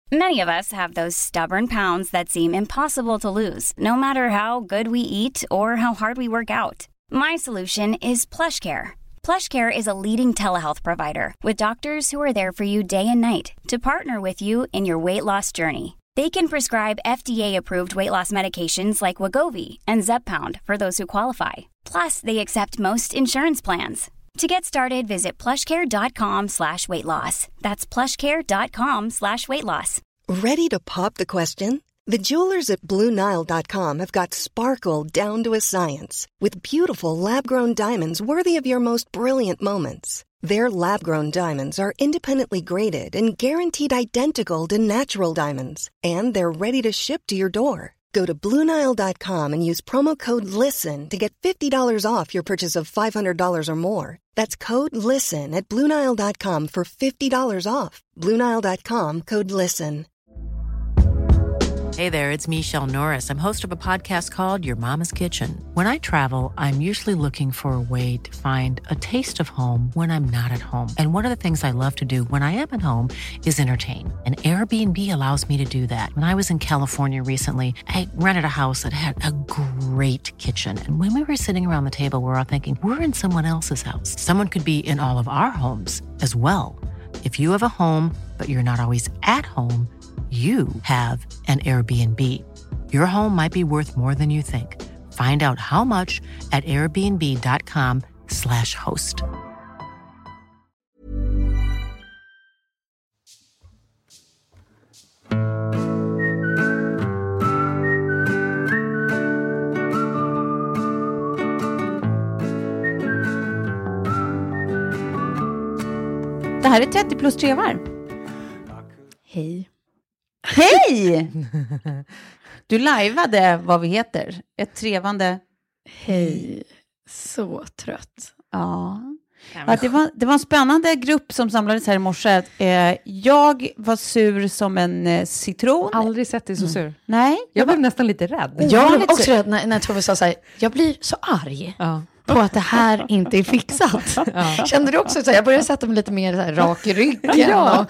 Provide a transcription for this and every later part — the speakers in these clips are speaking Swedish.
Many of us have those stubborn pounds that seem impossible to lose, no matter how good we eat or how hard we work out. My solution is PlushCare. PlushCare is a leading telehealth provider with doctors who are there for you day and night to partner with you in your weight loss journey. They can prescribe FDA-approved weight loss medications like Wegovy and Zepbound for those who qualify. Plus, they accept most insurance plans. To get started, visit plushcare.com/weightloss. That's plushcare.com/weightloss. Ready to pop the question? The jewelers at BlueNile.com have got sparkle down to a science with beautiful lab-grown diamonds worthy of your most brilliant moments. Their lab-grown diamonds are independently graded and guaranteed identical to natural diamonds. And they're ready to ship to your door. Go to BlueNile.com and use promo code LISTEN to get $50 off your purchase of $500 or more. That's code LISTEN at BlueNile.com for $50 off. BlueNile.com, code LISTEN. Hey there, it's Michelle Norris. I'm host of a podcast called Your Mama's Kitchen. When I travel, I'm usually looking for a way to find a taste of home when I'm not at home. And one of the things I love to do when I am at home is entertain. And Airbnb allows me to do that. When I was in California recently, I rented a house that had a great kitchen. And when we were sitting around the table, we're all thinking, we're in someone else's house. Someone could be in all of our homes as well. If you have a home, but you're not always at home, you have an Airbnb. Your home might be worth more than you think. Find out how much at airbnb.com/host. Det här är 30 plus 3 varv. Hej. Hej! Du liveade vad vi heter. Ett trevande Hej. Så trött. Ja. Det var en spännande grupp som samlades här i morse. Jag var sur som en citron. Aldrig sett dig så sur. Nej. Jag var nästan lite rädd. Jag blev också rädd när Tove sa så här, jag blir så arg. Ja. På att det här inte är fixat. Ja. Kände du också så här, jag började sätta mig lite mer så här, rak i ryggen. Ja.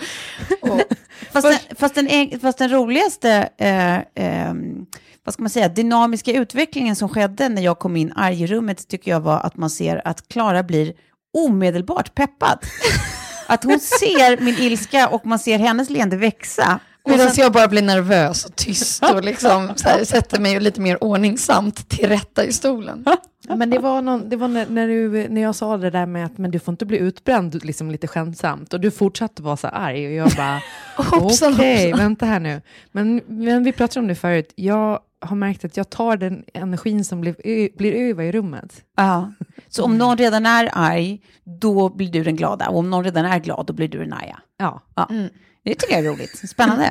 Fast den roligaste vad ska man säga, dynamiska utvecklingen som skedde när jag kom in arg i rummet tycker jag var att man ser att Klara blir omedelbart peppad. Att hon ser min ilska och man ser hennes leende växa. Medan jag bara blir nervös och tyst och liksom så här, sätter mig lite mer ordningsamt till rätta i stolen. Men det var när jag sa det där med att men du får inte bli utbränd liksom lite skämtsamt och du fortsatte vara så arg och jag bara okej, vänta här nu. Men vi pratade om det förut. Jag har märkt att jag tar den energin som blir över i rummet. Ja. Så om någon redan är arg, då blir du den glada. Och om någon redan är glad, då blir du den arga. Ja. Mm. Det tycker jag är roligt. Spännande.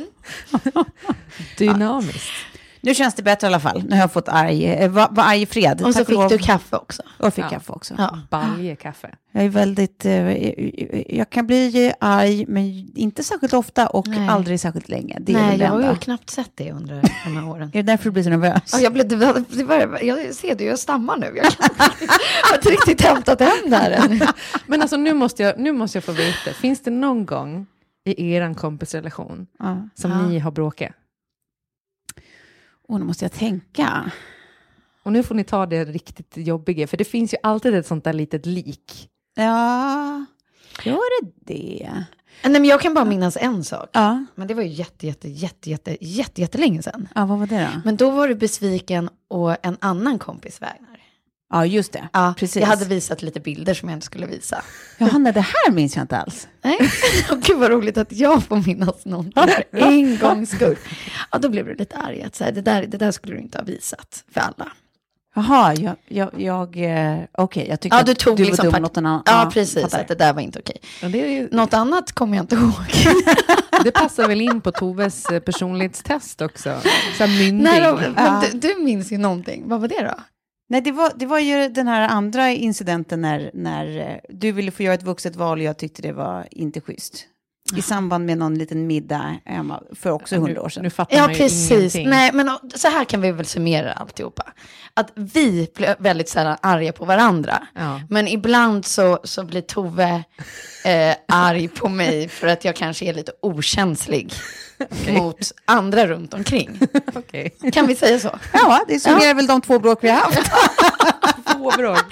Dynamiskt. Nu känns det bättre i alla fall. Nu har jag fått var arg i fred. Och så fick du kaffe också. Och fick kaffe också. Ja. Baljekaffe. Jag är väldigt... jag kan bli arg, men inte särskilt ofta och aldrig särskilt länge. Det är jag har ju knappt sett det under de här åren. Är det därför du blir så nervös? Ja, jag ser det, jag stammar nu. Jag har inte riktigt hämtat hem där än. Men alltså nu måste jag få veta. Finns det någon gång i eran kompisrelation som ni har bråkat? Och nu måste jag tänka. Och nu får ni ta det riktigt jobbiga. För det finns ju alltid ett sånt där litet lik. Ja, gör det? Nej, men jag kan bara minnas en sak. Ja. Men det var ju jättelänge sedan. Ja, vad var det då? Men då var du besviken och en annan kompis vägnar. Ja, just det. Ja, precis. Jag hade visat lite bilder som jag inte skulle visa. Johanna, det här minns jag inte alls. Nej, gud vad roligt att jag får minnas någonting för en gångs skull. Ja, då blev du lite arg att säga, det där skulle du inte ha visat för alla. Jaha, okej, jag tyckte du tog du liksom var dum något annat. Ja, precis, att det där var inte okej. Ja, det är ju... Något annat kommer jag inte ihåg. Det passar väl in på Toves personlighetstest också. Så myndig. Nej, du minns ju någonting. Vad var det då? Nej, det var ju den här andra incidenten när du ville få göra ett vuxet val och jag tyckte det var inte schysst. I samband med någon liten middag för också 100 år sedan. Nu fattar man ju precis. Ingenting. Nej, men så här kan vi väl summera alltihopa. Att vi blir väldigt så här arga på varandra. Ja. Men ibland så blir Tove arg på mig för att jag kanske är lite okänslig. mot andra runt omkring. Kan vi säga så? Ja, det summerar väl de 2 bråk vi har haft. 2 bråk.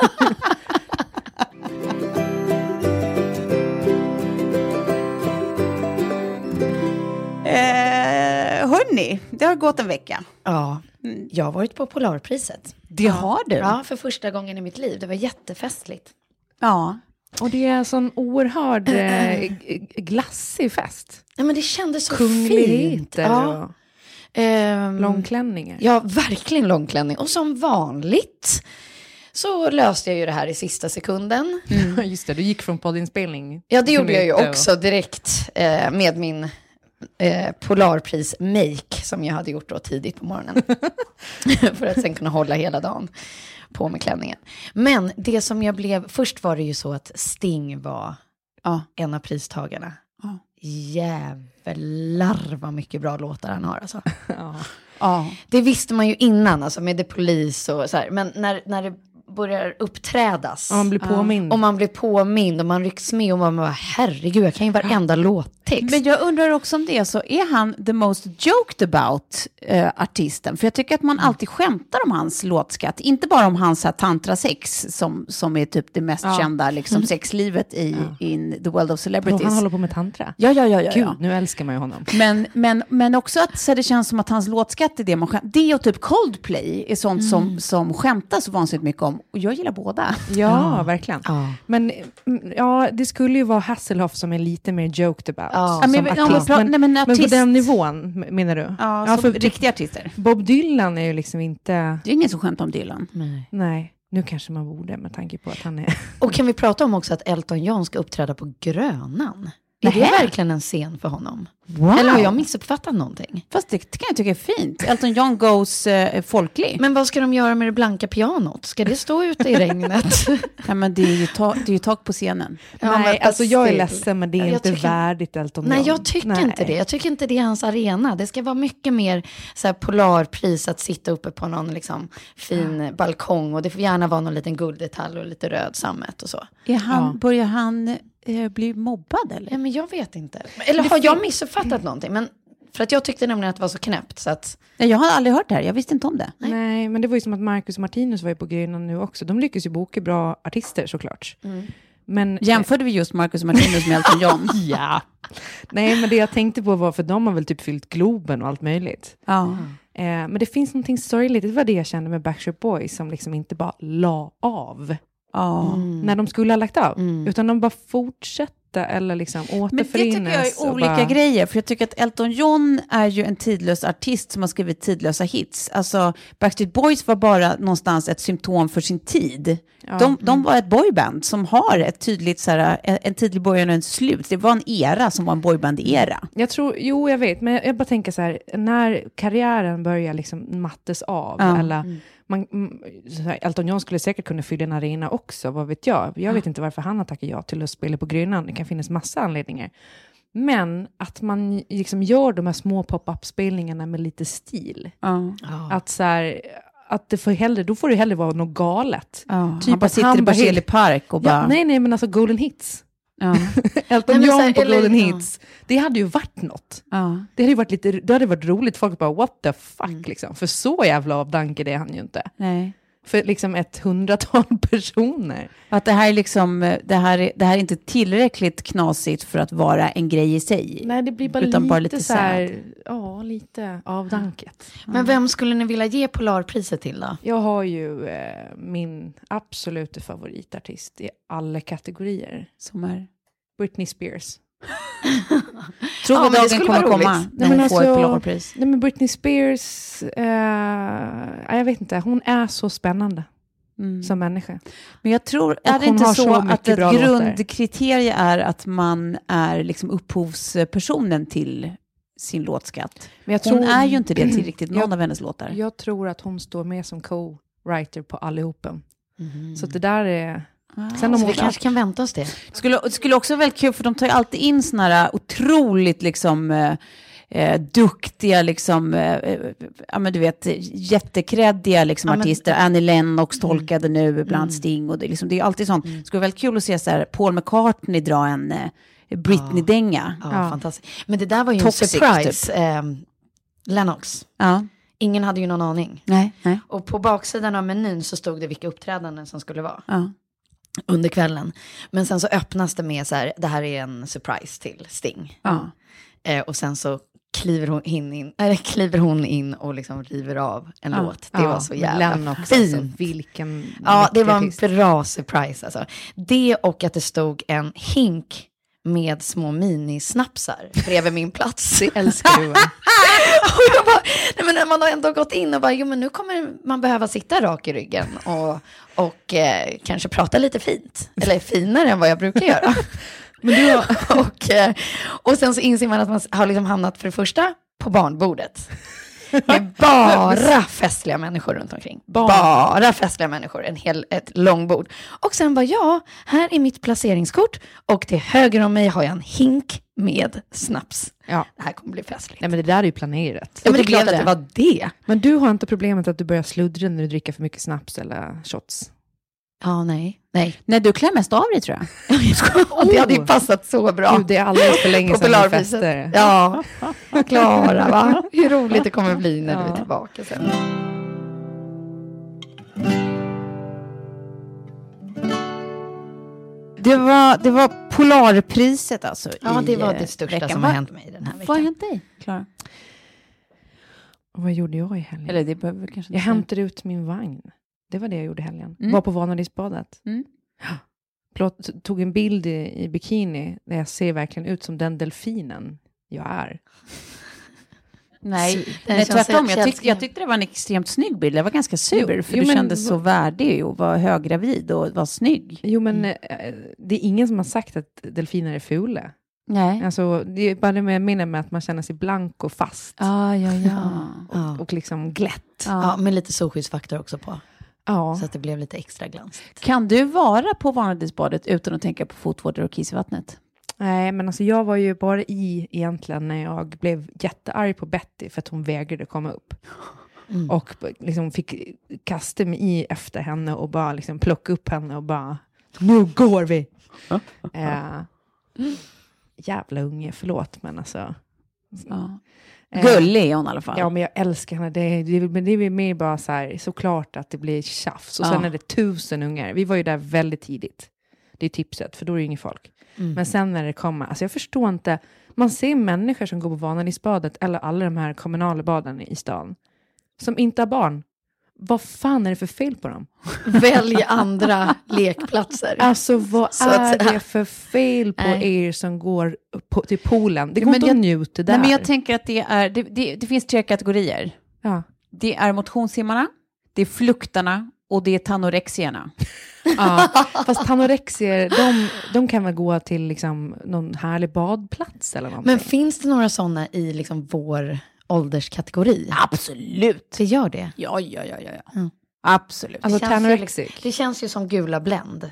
Hörni, det har gått en vecka. Ja, jag har varit på Polarpriset. Det har du? Ja, för första gången i mitt liv. Det var jättefestligt. Ja. Och det är en sån oerhörd glassig fest. Ja, men det kändes så Kungligheter fint. Ja. Långklänningar. Ja, verkligen långklänning. Och som vanligt så löste jag ju det här i sista sekunden. Just det, du gick från poddinspelning. Ja, det gjorde jag ju också direkt med min Polarpris-make som jag hade gjort då tidigt på morgonen. För att sen kunna hålla hela dagen på med klänningen. Men det som jag blev, först var det ju så att Sting var en av pristagarna. Jävlar vad mycket bra låtar han har alltså. Det visste man ju innan alltså med The Police och så här. Men när det börjar uppträdas. Och man blir påmind. Och man blir påmind och man rycks med och man bara, herregud, jag kan ju varenda låttext. Men jag undrar också om det, så är han the most joked about artisten? För jag tycker att man alltid skämtar om hans låtskatt. Inte bara om hans här tantrasex som är typ det mest kända liksom, sexlivet in the world of celebrities. Han håller på med tantra. Ja. Gud, nu älskar man ju honom. Men också att så det känns som att hans låtskatt är det man skämtar. Det och typ Coldplay är sånt som skämtas så vansinnigt mycket om. Och jag gillar båda. Ja, verkligen. Men det skulle ju vara Hasselhoff som är lite mer joked about. Men på den nivån, menar du? Ja, för riktiga artister. Bob Dylan är ju liksom inte... Det är ingen som skämtar om Dylan. Nej. Nu kanske man borde med tanke på att han är... Och kan vi prata om också att Elton John ska uppträda på Grönan? Är det verkligen en scen för honom? Wow. Eller har jag missuppfattat någonting? Fast det kan jag tycka är fint. Elton John goes folklig. Men vad ska de göra med det blanka pianot? Ska det stå ute i regnet? Ja, men det är ju tak på scenen. Nej, alltså jag är ledsen, men det är inte värdigt Elton John. Nej, jag tycker inte det. Jag tycker inte det är hans arena. Det ska vara mycket mer så här Polarpris att sitta uppe på någon liksom fin balkong. Och det får gärna vara någon liten gulddetalj och lite röd sammet och så. Börjar han bli mobbad eller? Ja, men jag vet inte. Eller har jag missuppfattat någonting? Men för att jag tyckte nämligen att det var så knäppt så att... Nej, jag har aldrig hört det här. Jag visste inte om det. Nej, men det var ju som att Marcus och Martinus var ju på Grönan nu också. De lyckas ju boka bra artister såklart. Men jämförde vi just Marcus och Martinus med Elton John? Ja. Nej, men det jag tänkte på var, för de har väl typ fyllt Globen och allt möjligt. Men det finns någonting sorgligt. Det var det jag kände med Backstreet Boys som liksom inte bara la av. När de skulle ha lagt av. Utan de bara fortsätter eller liksom återförenas. Men det tycker jag är olika grejer. För jag tycker att Elton John är ju en tidlös artist som har skrivit tidlösa hits. Alltså Backstreet Boys var bara någonstans ett symptom för sin tid. De var ett boyband som har ett tydligt så här, en tydlig början och en slut. Det var en era som var en boyband-era. Jag vet. Men jag bara tänker så här, när karriären börjar liksom mattes av eller... Elton John skulle säkert kunna fylla en arena också, vad vet jag. Jag vet inte varför han har tackat ja till att spela på Grönan. Det kan finnas massa anledningar. Men att man liksom gör de här små pop-up-spelningarna med lite stil. Att så här, att det då får det hellre vara något galet. Typ han bara sitter i Berzelii park och bara... Nej, men alltså Golden Hits. Elton John på Golden Hits. Det hade ju varit något. Det hade varit roligt. Folk bara, what the fuck liksom. För så jävla avdank är han ju inte. Nej. För liksom 100-tal personer. Att det här är liksom, det här är inte tillräckligt knasigt för att vara en grej i sig. Nej, det blir bara lite så här, lite avdanket. Men vem skulle ni vilja ge Polarpriset till då? Jag har ju min absoluta favoritartist i alla kategorier. Som är? Britney Spears. Tror vi dagen kommer komma när hon får ett Polarpris? Nej, men Britney Spears, jag vet inte, hon är så spännande som människa. Men jag tror, är det inte så att ett grundkriterie är att man är liksom upphovspersonen till sin låtskatt? Men hon är ju inte det till riktigt någon av hennes låtar. Jag tror att hon står med som co-writer på allihopen. Så det där är... Sen så vi kanske kan vänta oss det. Skulle också vara väldigt kul, för de tar ju alltid in såna här otroligt liksom duktiga liksom men du vet, jättekreddiga liksom artister. Annie Lennox tolkade nu bland Sting och det är alltid sånt. Det skulle vara väldigt kul att se så här Paul McCartney dra Britney-dänga. Ja, fantastiskt. Men det där var ju Toxic, en surprise. typ. Lennox. Ja. Ingen hade ju någon aning. Nej. Och på baksidan av menyn så stod det vilka uppträdanden som skulle vara. Ja. Under kvällen. Men sen så öppnas det med så här, det här är en surprise till Sting. Ja. Och sen så kliver hon in och liksom river av en låt. Det var så jävla Lennox, fint. alltså, vilken det var en artist. bra surprise alltså. Det och att det stod en hink med små minisnapsar bredvid min plats. Det älskar du. Och jag bara, nej men när man har ändå gått in och bara, jo men nu kommer man behöva sitta rak i ryggen och kanske prata lite fint. Eller finare än vad jag brukar göra. Men och sen så inser man att man har liksom hamnat för det första på barnbordet. Med bara festliga människor runt omkring. Bara festliga människor, ett långbord. Och sen bara, här är mitt placeringskort. Och till höger om mig har jag en hink med snaps. Ja. Det här kommer bli festligt. Nej, men det där är ju planerat. Ja, men det är klart att det var det. Men du har inte problemet att du börjar sluddra när du dricker för mycket snaps eller shots? Ja, nej. Nej, du klär mest av dig tror jag. Det hade ju passat så bra. Gud, det är alldeles för länge sedan vi fester. Ja, Klara, va? Hur roligt det kommer bli när du är tillbaka sen. Det var Polarpriset alltså. Ja, det var det största som har hänt mig den här veckan. Vad har hänt dig, Klara? Och vad gjorde jag i helgen? Eller det behöver vi kanske jag hämtade ut min vagn. Det var det jag gjorde i helgen. Var på Vanadisbadet. Tog en bild i bikini där jag ser verkligen ut som den delfinen jag är. Nej, tvärtom. Jag tyckte det var en extremt snygg bild. Jag var ganska sur för du kändes så värdig och var höggravid och var snygg. Jo, men det är ingen som har sagt att delfiner är fula. Nej. Alltså, det är bara det jag menar med att man känner sig blank och fast. Och liksom glätt. Ja, med lite solskyddsfaktor också på. Ja. Så att det blev lite extra glans. Kan du vara på Vanadisbadet utan att tänka på fotvårder och kiss i vattnet? Nej, men alltså jag var ju bara egentligen när jag blev jättearg på Betty för att hon vägrade komma upp. Och liksom fick kasta mig i efter henne och bara liksom plocka upp henne och bara, nu går vi! Jävla unge, förlåt, men alltså... Ja. Gullig är hon i alla fall. Ja, men jag älskar henne. Det är mer bara så här, såklart att det blir tjafs. Och sen är det 1000 ungar. Vi var ju där väldigt tidigt. Det är tipset, för då är det ingen folk. Men sen när det kommer, alltså jag förstår inte. Man ser människor som går på Vanadisbadet eller alla de här kommunala baden i stan som inte har barn. Vad fan är det för fel på dem? Välj andra lekplatser. Alltså vad är det för fel på er som går till poolen? Det går inte att njuta där. Nej, men jag tänker att det finns 3 kategorier. Ja. Det är motionssimmarna, det är fluktarna och det är tanorexierna. Ja, fast tanorexier, de kan väl gå till liksom någon härlig badplats eller någonting. Men finns det några sådana i liksom vår ålderskategori? Absolut. Det gör det? Ja. Absolut. Alltså tanorexic. Det känns ju som gula Blend.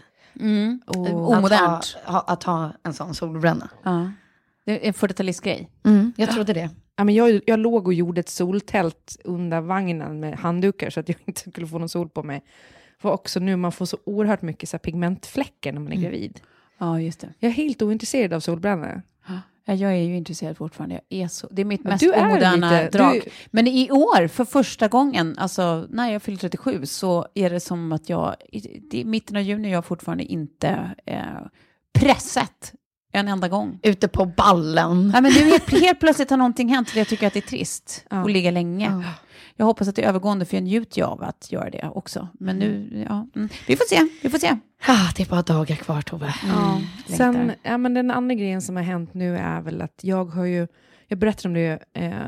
Omodernt. Att ha en sån solbränna. Ja. Det är en 40-talistgrej. Jag trodde det. Ja, men jag låg och gjorde ett soltält under vagnen med handdukar så att jag inte skulle få någon sol på mig. För också nu man får så oerhört mycket så här pigmentfläckar när man är gravid. Ja, just det. Jag är helt ointresserad av solbränna. Ja, jag är ju intresserad fortfarande. Det är mitt mest omoderna drag. Men i år, för första gången, alltså när jag fyller 37, så är det som att det är mitten av juni jag fortfarande inte pressat en enda gång. Ute på ballen. Ja, men nu helt plötsligt har någonting hänt och jag tycker att det är trist att ligga länge. Ja. Jag hoppas att det är övergående för jag njuter av att göra det också. Men nu, vi får se. Det är bara dagar kvar, Tove. Sen, men den andra grejen som har hänt nu är väl att jag berättade om det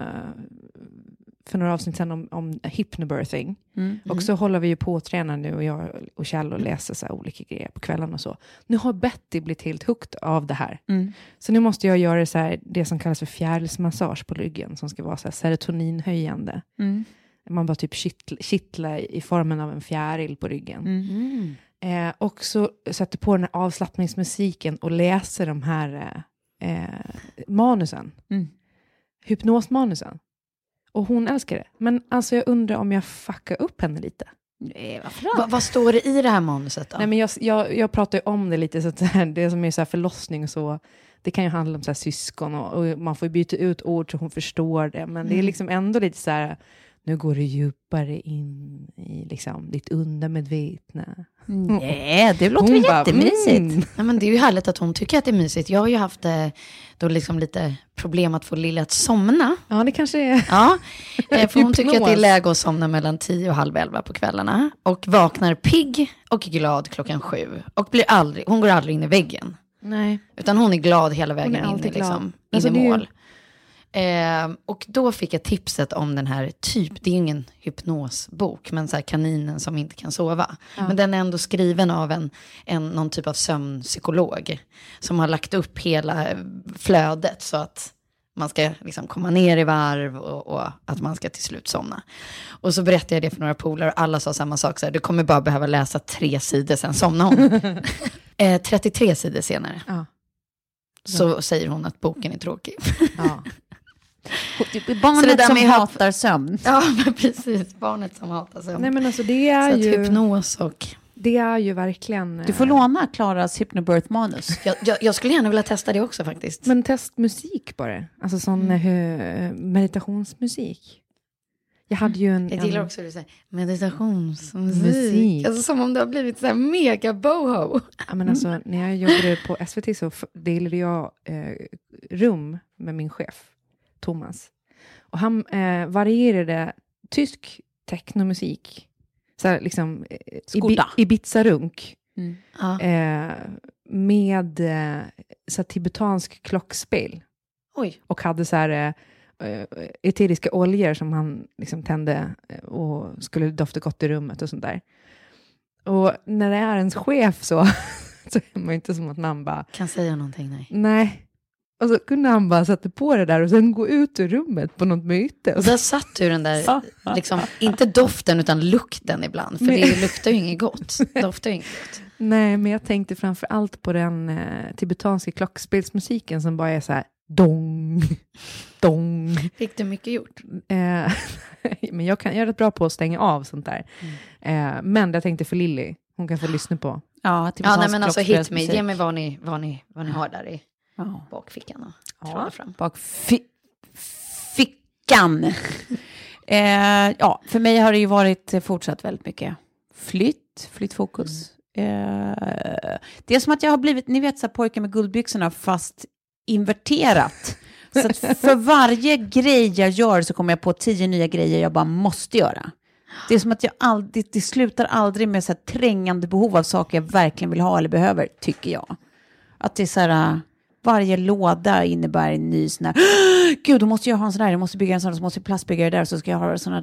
för några avsnitt sedan om hypnobirthing. Och så håller vi ju på att träna nu och jag och Kjell och läser så här olika grejer på kvällen och så. Nu har Betty blivit helt hooked av det här. Så nu måste jag göra så här, det som kallas för fjärilsmassage på ryggen som ska vara så här serotoninhöjande. Man bara typ kittla i formen av en fjäril på ryggen. Och så sätter på den här avslappningsmusiken och läser de här manusen. Hypnosmanusen. Och hon älskar det. Men alltså jag undrar om jag fuckar upp henne lite. Nej, varför? Vad står det i det här manuset då? Nej, men jag pratar ju om det lite så att det som är så här förlossning och så. det kan ju handla om så här syskon och man får byta ut ord så hon förstår det. Men det är liksom ändå lite så här, nu går du djupare in i liksom ditt undermedvetna. Nej, det låter ju jättemysigt. Ja, men det är ju härligt att hon tycker att det är mysigt. Jag har ju haft då liksom lite problem att få Lilla att somna. Ja, det kanske är. Ja, för hon tycker att det är läge att somna mellan 10 och halv 11 på kvällarna. Och vaknar pigg och glad 7:00. Och hon går aldrig in i väggen. Nej. Utan hon är glad hela vägen in, liksom, in i mål. Och då fick jag tipset om den här det är ju ingen hypnosbok, men så här kaninen som inte kan sova. Ja. Men den är ändå skriven av någon typ av sömnpsykolog som har lagt upp hela flödet så att man ska liksom komma ner i varv och att man ska till slut somna. Och så berättade jag det för några polare och alla sa samma sak. Så här, du kommer bara behöva läsa 3 sidor, sen somna hon. 33 sidor senare. Ja. Så säger hon att boken är tråkig. Ja. Barnet som hatar sömn. Ja, men precis. Barnet som hatar sömn. Nej, men alltså det är så ju hypnos och... Det är ju verkligen... Du får låna Klaras hypnobirth-manus. Jag skulle gärna vilja testa det också faktiskt. Men testmusik bara. Alltså sån meditationsmusik. Jag hade ju jag gillar också det, meditationsmusik. Alltså som om det har blivit så här mega boho. Ja, men alltså när jag jobbade på SVT så delade jag rum med min chef Thomas. Och han varierade tysk technomusik. Så här, liksom Ibiza-runk. Med så här, tibetansk klockspel. Oj. Och hade så här eteriska oljor som han liksom tände och skulle dofta gott i rummet och sånt där. Och när det är ens chef så är man inte som att man bara... Kan säga någonting, nej. Och så kunde han bara sätta på det där och sen gå ut ur rummet på något möte. Och där satt du den där, liksom, inte doften utan lukten ibland. För det luktar ju inget gott. Doftar ju inget gott. Nej, men jag tänkte framför allt på den tibetanska klockspelsmusiken som bara är så här dong, dong. Fick du mycket gjort? Men jag är rätt bra på att stänga av sånt där. Men jag tänkte för Lilly, hon kan få lyssna på. Ja, nej, men alltså hit me, ge mig vad ni har där i bakfickan och trolla fram. Bakfickan. För mig har det ju varit fortsatt väldigt mycket flyttfokus. Det är som att jag har blivit, ni vet så här, pojkar med guldbyxorna fast inverterat. Så att för varje grej jag gör så kommer jag på 10 nya grejer jag bara måste göra. Det är som att det slutar aldrig med så här trängande behov av saker jag verkligen vill ha eller behöver, tycker jag. Att det är så här, varje låda innebär en ny sån här, gud, då måste jag ha en sån där, jag måste bygga en sån, så måste jag plastbygga det där, så ska jag ha såna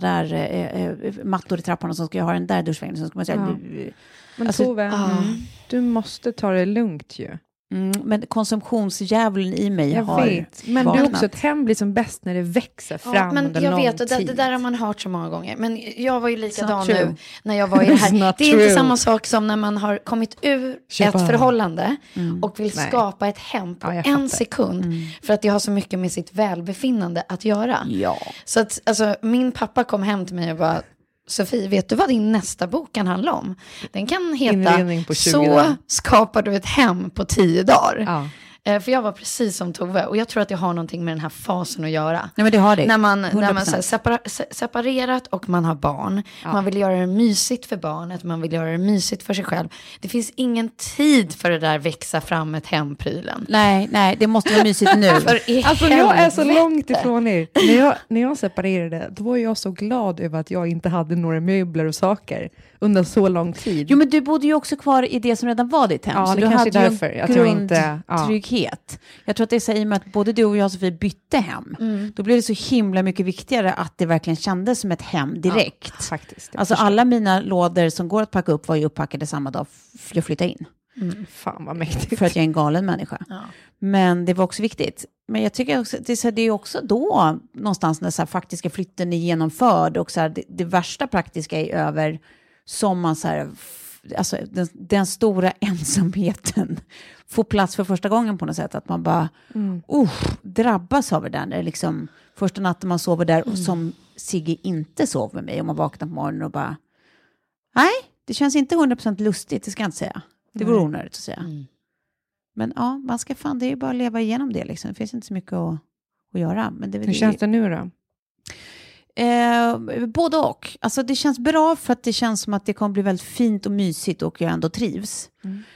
där mattor i trappan och så ska jag ha den där duschväggen, så ska man säga. Men alltså, Tove, du måste ta det lugnt ju. Men konsumtionsdjävulen i mig jag har vet. Men vaknat. det är också ett hem blir som bäst när det växer fram men under jag lång vet, tid. det där har man hört så många gånger. Men jag var ju likadan nu när jag var i det här. Det är inte samma sak som när man har kommit ur ett förhållande och vill skapa ett hem på en sekund. För att det har så mycket med sitt välbefinnande att göra. Ja. Så att, alltså, min pappa kom hem till mig och bara, Sofie, vet du vad din nästa bok kan handla om? Den kan heta Så skapar du ett hem på 10 dagar. Ja. För jag var precis som Tove. Och jag tror att det har någonting med den här fasen att göra. Nej, men det har det. När man så här, separerat och man har barn. Ja. Man vill göra det mysigt för barnet. Man vill göra det mysigt för sig själv. Det finns ingen tid för det där växa fram ett hemprylen. Nej, det måste vara mysigt nu. Alltså jag är så långt ifrån er. När jag separerade, då var jag så glad över att jag inte hade några möbler och saker under så lång tid. Jo, men du bodde ju också kvar i det som redan var ditt hem. Ja, så det du kanske hade är därför att jag inte... trygghet. Jag tror att det säger med att både du och jag, Sofie, bytte hem. Då blev det så himla mycket viktigare att det verkligen kändes som ett hem direkt. Ja, faktiskt. Alltså alla mina lådor som går att packa upp var ju uppackade samma dag jag flyttade in. Fan vad mäktigt. För att jag är en galen människa. Ja. Men det var också viktigt. Men jag tycker också, det är också då någonstans när så här, faktiska flytten är genomförd och så här, det värsta praktiska är över, som man så här, alltså den stora ensamheten får plats för första gången på något sätt, att man bara drabbas av det där, när liksom första natten man sover där och som Sigge inte sov med mig och man vaknar på morgonen och bara nej, det känns inte 100% lustigt, det ska jag inte säga. Det vore onödigt att säga. Men ja, man ska det är ju bara att leva igenom det liksom. Det finns inte så mycket att göra. Men Hur känns det nu då? Både och. Alltså det känns bra för att det känns som att det kommer bli väldigt fint och mysigt och jag ändå trivs.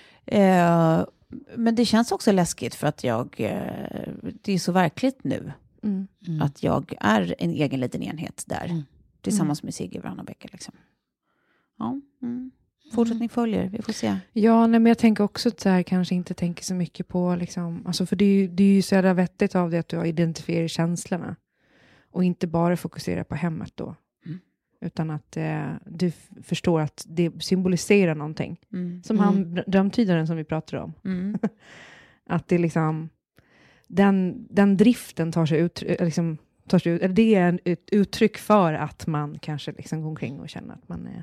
Men det känns också läskigt för att det är så verkligt nu. Att jag är en egen liten enhet där. Tillsammans med Sigge Brannabäcke liksom. Ja. Fortsättning följer, vi får se. Ja, men jag tänker också att så här, kanske inte tänker så mycket på liksom, alltså för det är ju så jävla vettigt av det att du har identifierat känslorna. Och inte bara fokusera på hemmet då. Utan att du förstår att det symboliserar någonting. Som han, drömtydaren som vi pratade om. Att det liksom, den driften tar sig ut, liksom, det är ett uttryck för att man kanske liksom går omkring och känner att man är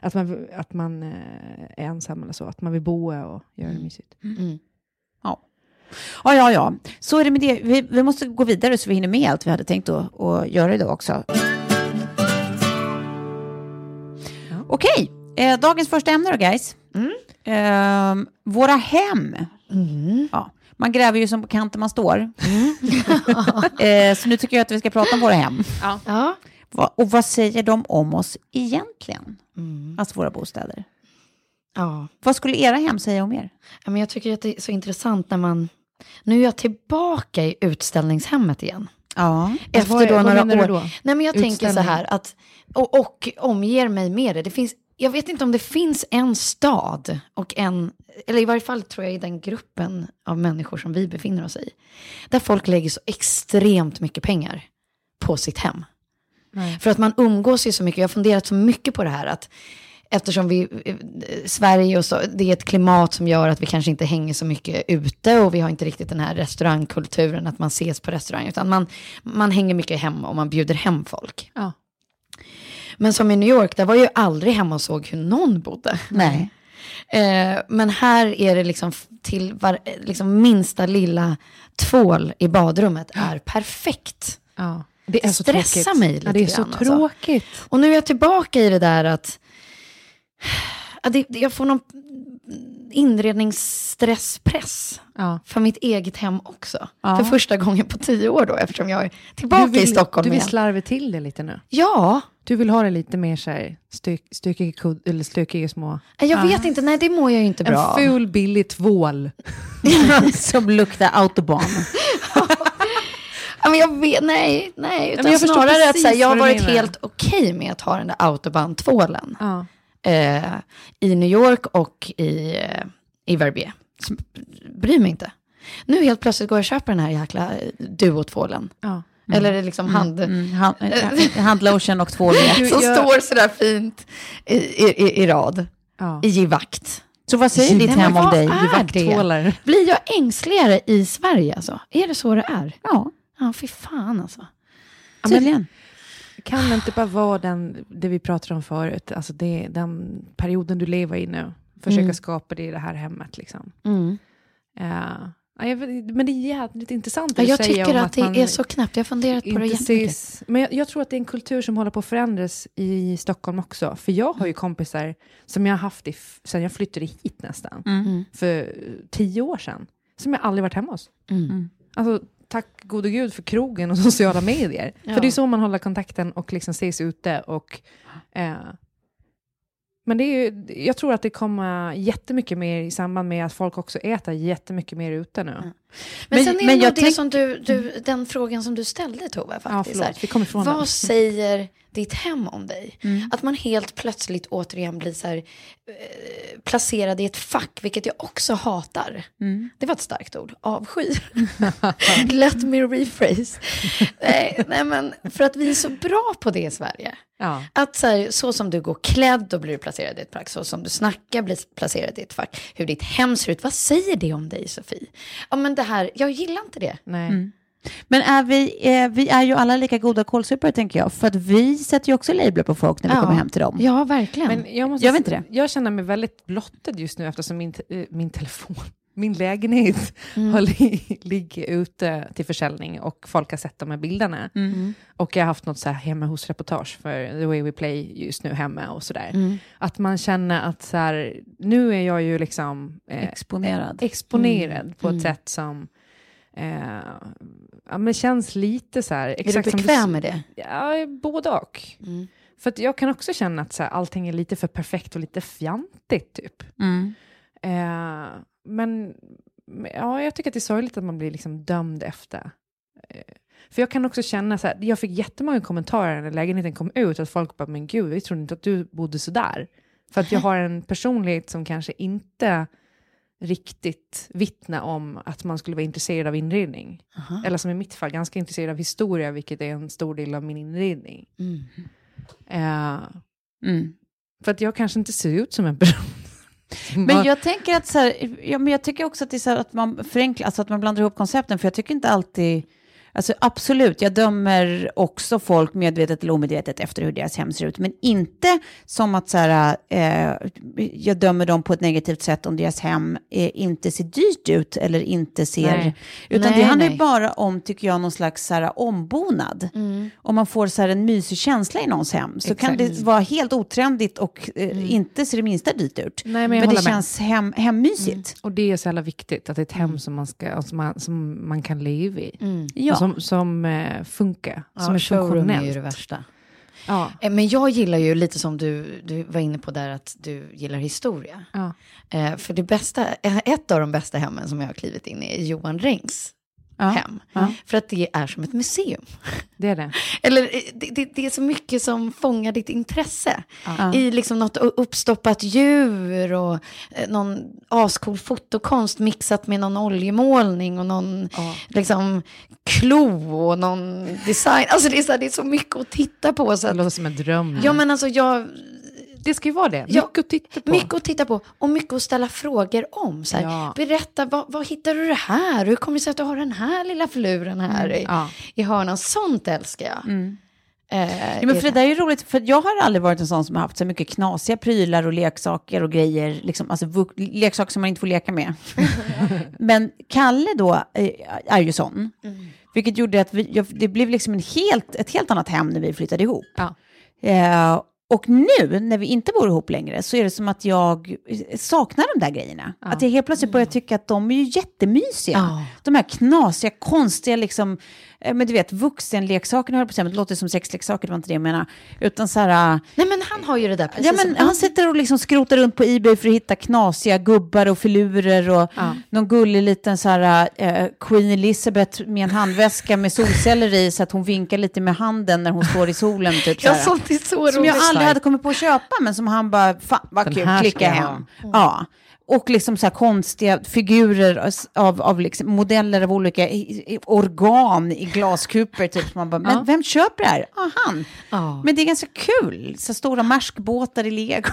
är ensam eller så. Att man vill bo och göra det mysigt. Ja. Så är det med det. Vi måste gå vidare så vi hinner med allt vi hade tänkt att göra idag också. Okej. Dagens första ämne då, guys. Våra hem. Ja. Man gräver ju som på kanten man står. Så nu tycker jag att vi ska prata om våra hem. Ja. Och vad säger de om oss egentligen? Alltså våra bostäder. Ja. Vad skulle era hem säga om er? Ja, men jag tycker att det är så intressant när nu är jag tillbaka i utställningshemmet igen. Ja. Efter då några år. Då? Nej, men jag tänker så här att och omger mig med det. Det finns, jag vet inte om det finns en stad och eller i varje fall tror jag i den gruppen av människor som vi befinner oss i, där folk lägger så extremt mycket pengar på sitt hem. Nej. För att man umgås ju så mycket. Jag har funderat så mycket på det här att eftersom Sverige och så, det är ett klimat som gör att vi kanske inte hänger så mycket ute och vi har inte riktigt den här restaurangkulturen att man ses på restaurang, utan man hänger mycket hemma och man bjuder hem folk. Ja. Men som i New York, där var jag ju aldrig hemma och såg hur någon bodde. Nej. Men här är det liksom till liksom minsta lilla tvål i badrummet är perfekt. Ja. Det är så stressar tråkigt. Mig lite grann. Det är så tråkigt. Alltså. Och nu är jag tillbaka i det där att jag får någon inredningsstresspress för mitt eget hem också. Ja. För första gången på 10 år då, eftersom jag är tillbaka i Stockholm. Du vill slarva till det lite nu? Ja. Du vill ha det lite mer så här stökiga små... Jag vet inte, nej det mår jag ju inte bra. En ful billig tvål. Som luktar autobahn. Men jag vet, nej. Utan jag snarare att säga, jag har varit helt okej med att ha den där autobahn-tvålen. Ja. I New York och i Verbier. Bryr mig inte. Nu helt plötsligt går jag och köper den här jäkla duotvålen. Ja. Eller liksom handlotion och tvål. Som står sådär fint i rad. Ja. I givakt. Så vad säger ditt hem om dig? Blir jag ängsligare i Sverige alltså? Är det så det är? Ja. Ja, fy fan alltså. Tydligen. Kan det inte bara vara det vi pratade om förut? Alltså den perioden du lever i nu. Försöka skapa det i det här hemmet liksom. Men det är jävligt intressant att jag säga tycker om att det är så knappt. Jag har funderat på det jättemycket. Men jag tror att det är en kultur som håller på att förändras i Stockholm också. För jag har ju kompisar som jag har haft sedan jag flyttade hit nästan. För 10 år sedan. Som jag aldrig varit hemma hos. Alltså tack gode gud för krogen och sociala medier. Ja. För det är så man håller kontakten och liksom ses ute. Och, men det är ju, jag tror att det kommer jättemycket mer i samband med att folk också äter jättemycket mer ute nu. Men sen är det som den frågan som du ställde, Tove, faktiskt. Ja, vi kommer ifrån vad säger ditt hem om dig? Att man helt plötsligt återigen blir så här, placerad i ett fack, vilket jag också hatar. Det var ett starkt ord. Avsky. Let me rephrase. nej, men för att vi är så bra på det i Sverige. Ja. Att så som du går klädd, då blir du placerad i ett fack. Så som du snackar blir placerad i ett fack. Hur ditt hem ser ut, vad säger det om dig, Sofie? Ja, men det här, jag gillar inte det. Nej. Men vi är ju alla lika goda kålsupare, tänker jag. För att vi sätter ju också lablar på folk när vi kommer hem till dem. Ja, verkligen. Men jag vet inte det. Jag känner mig väldigt blottad just nu eftersom min telefon min lägenhet ligger ute till försäljning och folk har sett de här bilderna. Och jag har haft något så här hemma hos reportage för The Way We Play just nu hemma och sådär. Att man känner att så här, nu är jag ju liksom exponerad på ett sätt som men känns lite så här. Är du bekväm med det? Ja, både och. För att jag kan också känna att så här, allting är lite för perfekt och lite fjantigt typ. Men ja, jag tycker att det är sorgligt att man blir liksom dömd efter. För jag kan också känna så här, jag fick jättemånga kommentarer när lägenheten kom ut att folk bara, men gud, jag trodde inte att du bodde så där. För att jag har en personlighet som kanske inte riktigt vittna om att man skulle vara intresserad av inredning. Eller som i mitt fall, ganska intresserad av historia, vilket är en stor del av min inredning. För att jag kanske inte ser ut som en person. Men jag tänker att så här, men jag tycker också att det är så här att man förenklar, alltså att man blandar ihop koncepten, för jag tycker inte alltid, alltså absolut, jag dömer också folk medvetet eller omedvetet efter hur deras hem ser ut, men inte som att så här, jag dömer dem på ett negativt sätt om deras hem inte ser dyrt ut eller inte ser, utan det handlar ju bara om, tycker jag, någon slags så här, ombonad. Om man får så här en mysig känsla i någons hem, så kan det vara helt otrendigt och inte ser det minsta dyrt ut. Nej, men det känns hemmysigt. Och det är så jävla viktigt att det är ett hem som man kan leva i. Ja. Som funkar, som är funktionellt. Är ju det värsta. Ja. Men jag gillar ju lite som du var inne på där, att du gillar historia. Ja. För det bästa, ett av de bästa hemmen som jag har klivit in i är Johan Rengs hem. Ja. För att det är som ett museum. Det är det. Eller det är så mycket som fångar ditt intresse. I liksom något uppstoppat djur och någon ascool fotokonst mixat med någon oljemålning och någon liksom klo och någon design. Alltså det är så mycket att titta på. Så att, det låter som en dröm. Ja, men alltså det ska ju vara det. Mycket att titta på. Mycket att titta på. Och mycket att ställa frågor om. Så här, berätta, vad hittar du det här? Hur kommer det sig att du har den här lilla fluren här i hörnan? Sånt älskar jag. Ja, men för det där är ju roligt, för jag har aldrig varit en sån som har haft så mycket knasiga prylar och leksaker och grejer, liksom, alltså leksaker som man inte får leka med. Men Kalle då är ju sån. Vilket gjorde att det blev liksom ett helt annat hem när vi flyttade ihop. Och nu, när vi inte bor ihop längre, så är det som att jag saknar de där grejerna. Att jag helt plötsligt börjar tycka att de är ju jättemysiga. De här knasiga, konstiga, liksom, men du vet, vuxenleksakerna, höll på att säga, men det låter som sexleksaker, det var inte det jag menar. Utan så här... Nej, men han har ju det där precis. Ja, men han sitter och liksom skrotar runt på eBay för att hitta knasiga gubbar och filurer och någon gullig liten så här Queen Elizabeth med en handväska med solceller i, så att hon vinkar lite med handen när hon står i solen. Typ, så här. Sånt är så roligt. Som jag aldrig hade kommit på att köpa, men som han bara, fan vad kul, klicka hem. Ja. Och liksom så här konstiga figurer av liksom modeller av olika organ i glaskuper typ, som man bara, men vem köper det här? Han. Men det är ganska kul, så stora marskbåtar i Lego.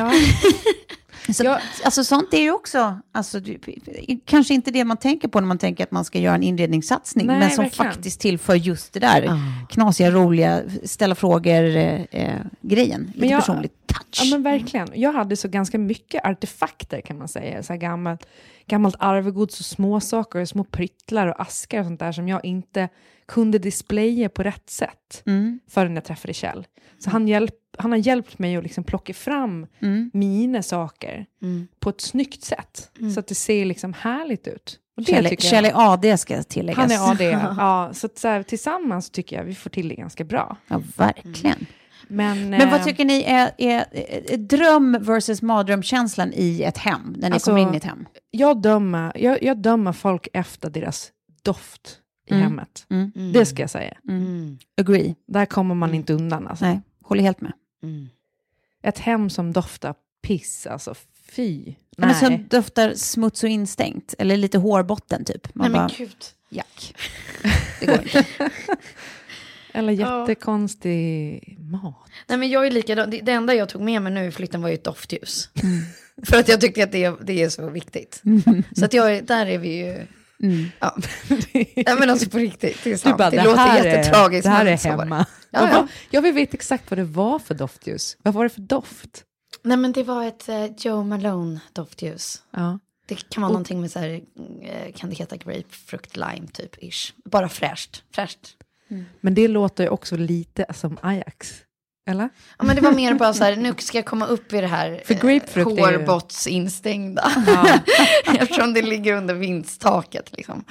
Så, alltså sånt är ju också, alltså, kanske inte det man tänker på när man tänker att man ska göra en inredningssatsning. Nej, men som verkligen faktiskt tillför just det där knasiga, roliga, ställa frågor grejen. Lite personligt touch. Ja, men verkligen. Jag hade så ganska mycket artefakter, kan man säga. Så här gammalt arvegods och småsaker, små pryttlar och askar och sånt där som jag inte kunde displaya på rätt sätt förrän jag träffade Kjell. Så han har hjälpt mig att liksom plocka fram mina saker på ett snyggt sätt. Så att det ser liksom härligt ut. Och det Kjell är AD, ska tilläggas. Han är AD, ja. Så här, tillsammans tycker jag vi får till det ganska bra. Ja, verkligen. Men vad tycker ni är dröm versus mardrömkänslan i ett hem, när ni kommer in i ett hem? Jag dömer folk efter deras doft i hemmet. Det ska jag säga. Agree. Där kommer man inte undan. Alltså. Nej, håller helt med. Ett hem som doftar piss, alltså fy. Men som doftar smuts och instängt. Eller lite hårbotten typ. Nej, men gud. Jack. Det går inte. Eller jättekonstig mat. Nej, men jag är likadan. Det enda jag tog med mig nu i flytten var ju ett doftljus. För att jag tyckte att det är så viktigt. Så att där är vi ju... Ja. Men alltså på riktigt, det är sant. Bara, det låter jättetragiskt. Det här är hemma. Jag vill veta exakt vad det var för doftljus. Vad var det för doft? Nej, men det var ett Joe Malone doftljus. Ja. Det kan vara någonting med så här, kan det heta grapefrukt lime typ ish. Bara fräscht. Men det låter ju också lite som Ajax. Eller? Ja, men det var mer bara så här, nu ska jag komma upp i det här hårbots instängda. Ja. Eftersom det ligger under vinsttaket liksom.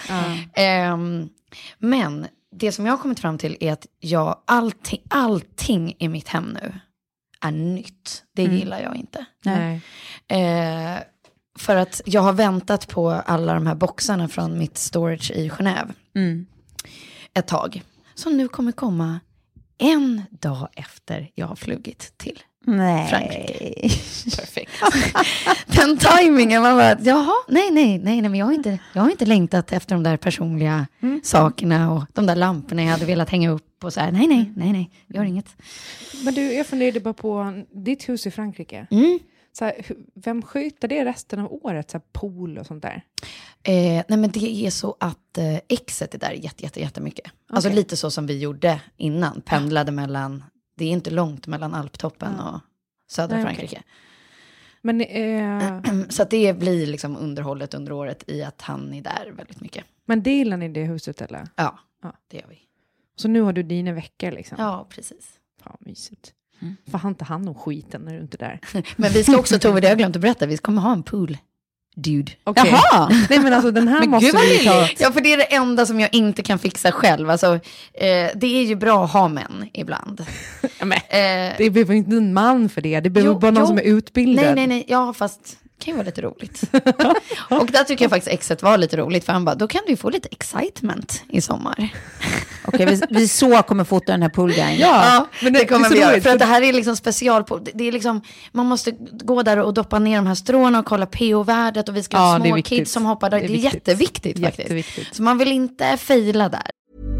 Men det som jag har kommit fram till är att allting i mitt hem nu är nytt. Det gillar jag inte. Nej. För att jag har väntat på alla de här boxarna från mitt storage i Genève ett tag. Som nu kommer komma en dag efter jag har flugit till Frankrike. Perfekt. Den tajmingen, man bara, jaha, nej, men jag har inte längtat efter de där personliga sakerna och de där lamporna jag hade velat hänga upp och så här, nej, vi har inget. Men du, jag funderade bara på ditt hus i Frankrike. Så här, vem sköter det resten av året? Så här, pool och sånt där? Nej, men det är så att exet är där jättemycket. Okay. Alltså lite så som vi gjorde innan. Pendlade mellan, det är inte långt mellan Alptoppen och södra Frankrike. Okay. Men, så att det blir liksom underhållet under året i att han är där väldigt mycket. Men delar ni det huset eller? Ja, det gör vi. Så nu har du dina veckor liksom? Ja, precis. Fan, mysigt. Får han ta hand om skiten när du inte är där? Men vi ska också, Tove, det har jag glömt att berätta, vi kommer ha en pool. Dude. Okay. Jaha! Nej, men alltså den här men måste vi ta. Ja, för det är det enda som jag inte kan fixa själv. Alltså, det är ju bra att ha män ibland. Det behöver inte en man för det. Det behöver bara någon som är utbildad. Nej. Ja, fast det kan ju vara lite roligt. Och där tycker jag faktiskt exet var lite roligt. För han bara, då kan du ju få lite excitement i sommar. Okej, vi så kommer fota den här poolguiden. Ja, men det kommer vi göra. För att det här är liksom specialpool. Det är liksom, man måste gå där och doppa ner de här stråna och kolla pH-värdet. Och vi ska ha små kids som hoppar där. Det är jätteviktigt faktiskt. Så man vill inte fejla där.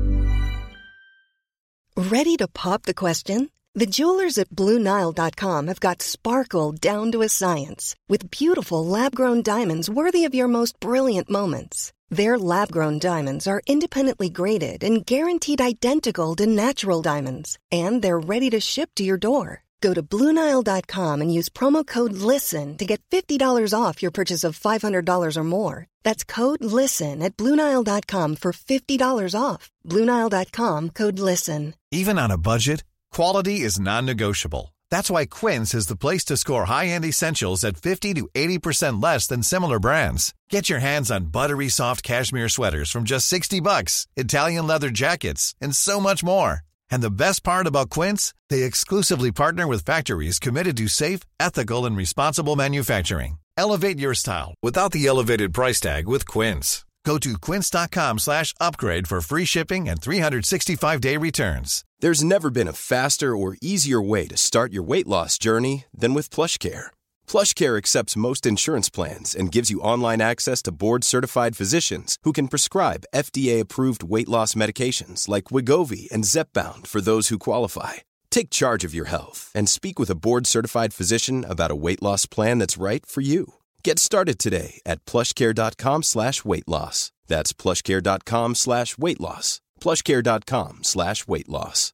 Ready to pop the question? The jewelers at BlueNile.com have got sparkle down to a science with beautiful lab-grown diamonds worthy of your most brilliant moments. Their lab-grown diamonds are independently graded and guaranteed identical to natural diamonds, and they're ready to ship to your door. Go to BlueNile.com and use promo code LISTEN to get $50 off your purchase of $500 or more. That's code LISTEN at BlueNile.com for $50 off. BlueNile.com, code LISTEN. Even on a budget, quality is non-negotiable. That's why Quince is the place to score high-end essentials at 50 to 80% less than similar brands. Get your hands on buttery soft cashmere sweaters from just $60, Italian leather jackets, and so much more. And the best part about Quince, they exclusively partner with factories committed to safe, ethical, and responsible manufacturing. Elevate your style without the elevated price tag with Quince. Go to quince.com/upgrade for free shipping and 365-day returns. There's never been a faster or easier way to start your weight loss journey than with PlushCare. PlushCare accepts most insurance plans and gives you online access to board-certified physicians who can prescribe FDA-approved weight loss medications like Wegovy and Zepbound for those who qualify. Take charge of your health and speak with a board-certified physician about a weight loss plan that's right for you. Get started today at plushcare.com/weightloss. That's plushcare.com/weightloss. plushcare.com/weightloss.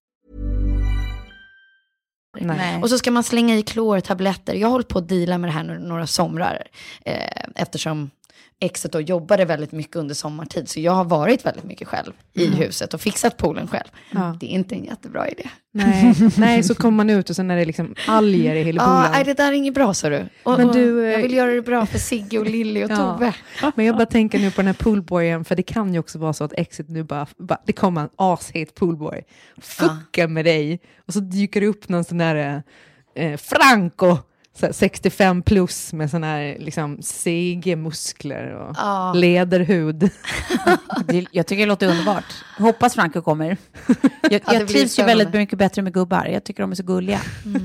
Nej. Och så ska man slänga i klortabletter. Jag har hållit på att deala med det här några somrar. Eftersom exet då jobbade väldigt mycket under sommartid. Så jag har varit väldigt mycket själv i huset och fixat poolen själv. Ja. Det är inte en jättebra idé. Nej, så kommer man ut och sen är det liksom alger i hela poolen. Ja, det där är inget bra, sa du. Men jag vill göra det bra för Sigge och Lilly och Tove. Men jag bara tänker nu på den här poolboyen. För det kan ju också vara så att exet nu bara det kommer en ashet poolboy. Fucka med dig. Och så dyker det upp någon sån där Franco. 65 plus med såna här liksom sega muskler och lederhud. Jag tycker det låter underbart. Hoppas Franco kommer. Jag trivs ju väldigt mycket bättre med gubbar. Jag tycker de är så gulliga.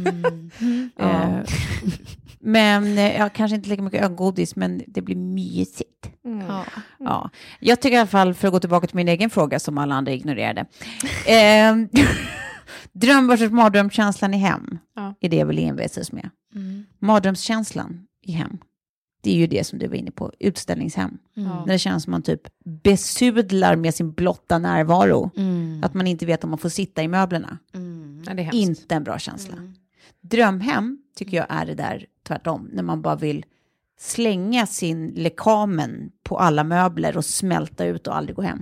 Men jag kanske inte lika mycket ögongodis, men det blir mysigt. Ja. Jag tycker i alla fall, för att gå tillbaka till min egen fråga som alla andra ignorerade. Dröm versus mardrömskänslan i hem är det jag vill envisas med. Mardrömskänslan i hem, det är ju det som du var inne på, utställningshem. När det känns som man typ besudlar med sin blotta närvaro. Att man inte vet om man får sitta i möblerna. Ja, det är inte en bra känsla. Drömhem tycker jag är det där tvärtom. När man bara vill slänga sin lekamen på alla möbler och smälta ut och aldrig gå hem.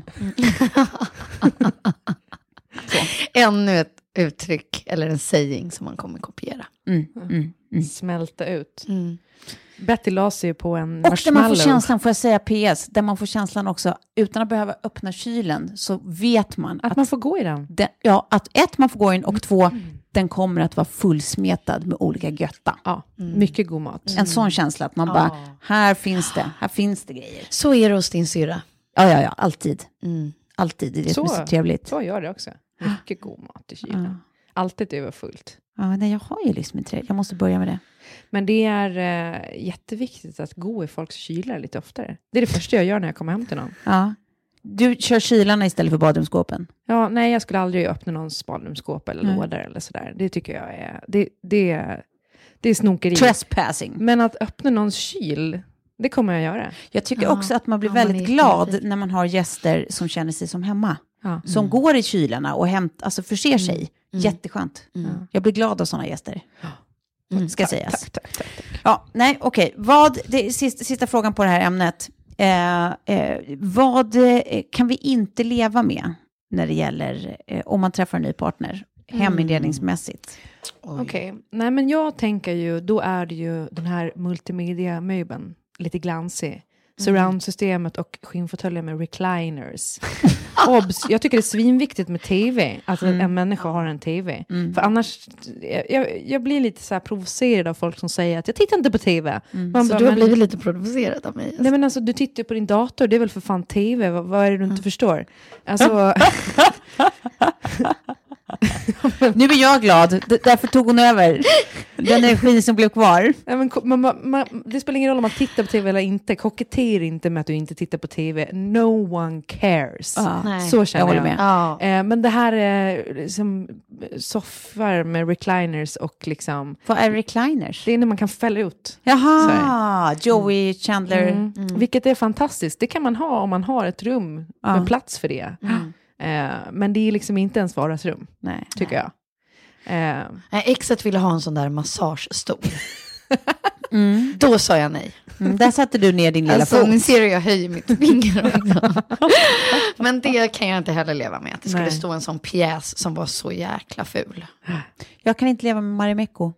Ännu ett uttryck eller en saying som man kommer kopiera. Smälta ut. Betty la sig på en och marshmallow. där man får känslan, får jag säga PS, där man får känslan också, utan att behöva öppna kylen, så vet man att man får gå i den. Att man får gå in, och 2, den kommer att vara fullsmetad med olika götta. Ja, mycket god mat. En sån känsla att man bara, här finns det grejer. Så är det hos din syra. Ja, alltid. Alltid, det är det som är så trevligt. Så gör det också. Mycket god mat i kylen. Alltid överfullt. Ja, nej, jag har ju liksom inte det. Jag måste börja med det. Men det är jätteviktigt att gå i folks kylar lite oftare. Det är det första jag gör när jag kommer hem till någon. Ja. Du kör kylarna istället för badrumsskåpen? Ja, nej, jag skulle aldrig öppna någons badrumsskåp eller lådor eller sådär. Det tycker jag är... Det är snokeri. Trespassing. Men att öppna någons kyl, det kommer jag göra. Jag tycker också att man blir väldigt glad när man har gäster som känner sig som hemma. Som går i kylarna och förser sig. Jätteskönt. Jag blir glad av sådana gäster. Ska sägas. Tack. Ja, nej, okej. Det är sista frågan på det här ämnet. Vad kan vi inte leva med när det gäller om man träffar en ny partner heminredningsmässigt? Okej. Nej, men jag tänker ju, då är det ju den här multimedia-möbeln, lite glansig. Surround-systemet och skinnfåtöljer med recliners. Obs, jag tycker det är svinviktigt med tv. Alltså en människa har en tv. För annars, jag blir lite så här provocerad av folk som säger att jag tittar inte på tv. Så du har blivit lite provocerad av mig? Alltså. Nej, men alltså, du tittar på din dator, det är väl för fan tv. Vad är det du inte förstår? Alltså... Nu är jag glad, därför tog hon över den energin som blev kvar. Ja, men det spelar ingen roll om man tittar på tv eller inte. Kokettera inte med att du inte tittar på tv. No one cares. Så känner jag. Med. Men det här är som soffar med recliners och liksom... Vad är recliners? Det är när man kan fälla ut. Jaha, Joey Chandler. Vilket är fantastiskt. Det kan man ha om man har ett rum med plats för det. Men det är liksom inte ens vardagsrum, tycker jag. Exet ville ha en sån där massagestol. Då sa jag nej. Där satte du ner din lilla fot. Ni ser hur jag höjer mitt finger. Men det kan jag inte heller leva med. Att det skulle stå en sån pjäs som var så jäkla ful. Jag kan inte leva med Marimekko.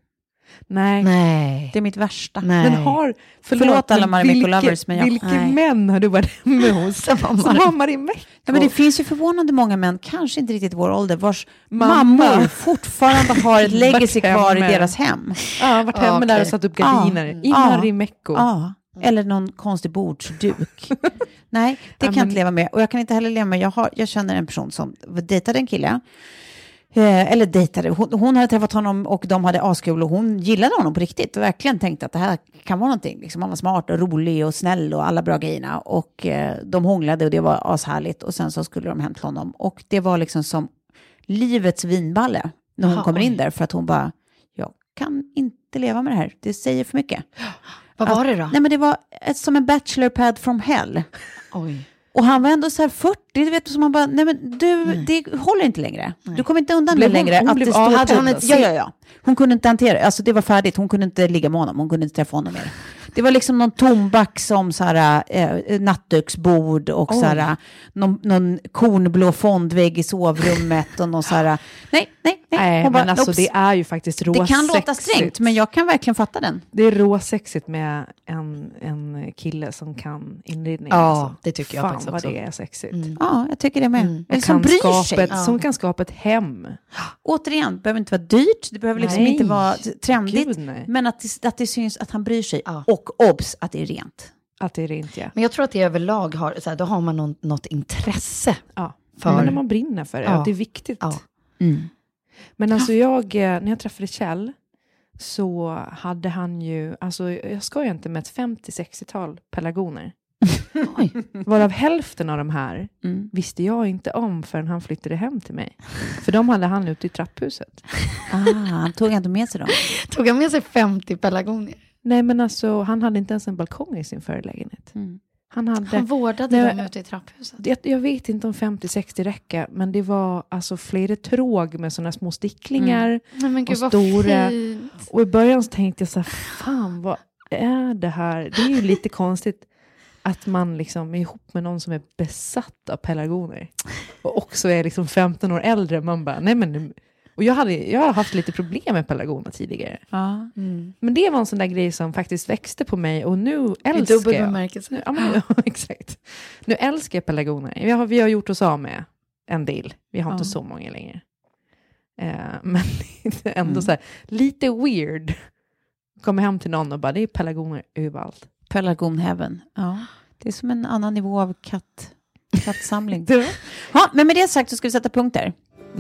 Nej. Det är mitt värsta. Men förlåt alla Marimekko-lovers. Vilka män har du varit med hos som har Marimekko? Ja, men det finns ju förvånande många män, kanske inte riktigt vår ålder, vars mammor fortfarande har ett legacy kvar i deras hem. Ja, varit hemma där och satt upp gardiner i Marimekko. Ja, eller någon konstig bordsduk. Nej, det kan jag inte leva med. Och jag kan inte heller leva med, jag känner en person som dejtade en kille. Eller dejtade. Hon hade träffat honom och de hade askul och hon gillade honom på riktigt och verkligen tänkte att det här kan vara någonting. Liksom, han var smart och rolig och snäll och alla bra grejerna. Och de hånglade och det var ashärligt. Och sen så skulle de hem till honom. Och det var liksom som livets vinballe när hon kommer in där. För att hon bara, jag kan inte leva med det här. Det säger för mycket. Vad var det då? Nej, men det var som en bachelorpad from hell. Oj. Och han var ändå så här 40, du vet, som man bara, nej men du, det håller inte längre. Nej. Du kommer inte undan det längre. Hon blev Ja. Hon kunde inte hantera, alltså det var färdigt. Hon kunde inte ligga med honom, hon kunde inte träffa honom mer. Det var liksom någon tomback som så här, nattduksbord och så här, någon kornblå fondvägg i sovrummet och någon så här, nej. Men bara, alltså det är ju faktiskt råsexigt. Det kan låta strängt, men jag kan verkligen fatta den. Det är råsexigt med en kille som kan inredning. Ja, alltså. det tycker jag faktiskt också. Vad det är sexigt. Ja, jag tycker det med. Eller som bryr sig. Som kan skapa ett hem. Återigen, det behöver inte vara dyrt. Det behöver liksom inte vara trendigt. Men att det syns att han bryr sig. Ja. Och obs, att det är rent. Att det är rent, ja. Men jag tror att det överlag har, så här, då har man något intresse. Ja. För... när man brinner för det. Ja. Att det är viktigt. Ja. Men alltså när jag träffade Kjell så hade han ju, alltså jag ska ju inte med ett 50-60-tal pelargoner. Varav hälften av de här visste jag inte om förrän han flyttade hem till mig. För de hade han ute i trapphuset. Han tog inte med sig dem. Tog han med sig 50 pelargonier? Nej, men alltså han hade inte ens en balkong i sin förlägenhet. Han vårdade dem ute i trapphuset. Jag vet inte om 50-60 räcker, men det var alltså flera tråg med sådana små sticklingar. Men gud, och stora. Fint. Och i början så tänkte jag så här, fan vad är det här? Det är ju lite konstigt att man liksom är ihop med någon som är besatt av pelargoner. Och också är liksom 15 år äldre. Man bara, nej men... Och jag har haft lite problem med pelargoner tidigare. Ja. Men det var en sån där grej som faktiskt växte på mig. Och nu älskar jag... Dubbelbemärkelse. Ja, exakt. Nu älskar jag pelargoner. Vi har gjort oss av med en del. Vi har inte så många längre. Men det är ändå så här, lite weird. Kommer hem till någon och bara, det är pelargoner överallt. Pelargon heaven. Ja. Det är som en annan nivå av kattsamling. Ja, men med det sagt så ska vi sätta punkter.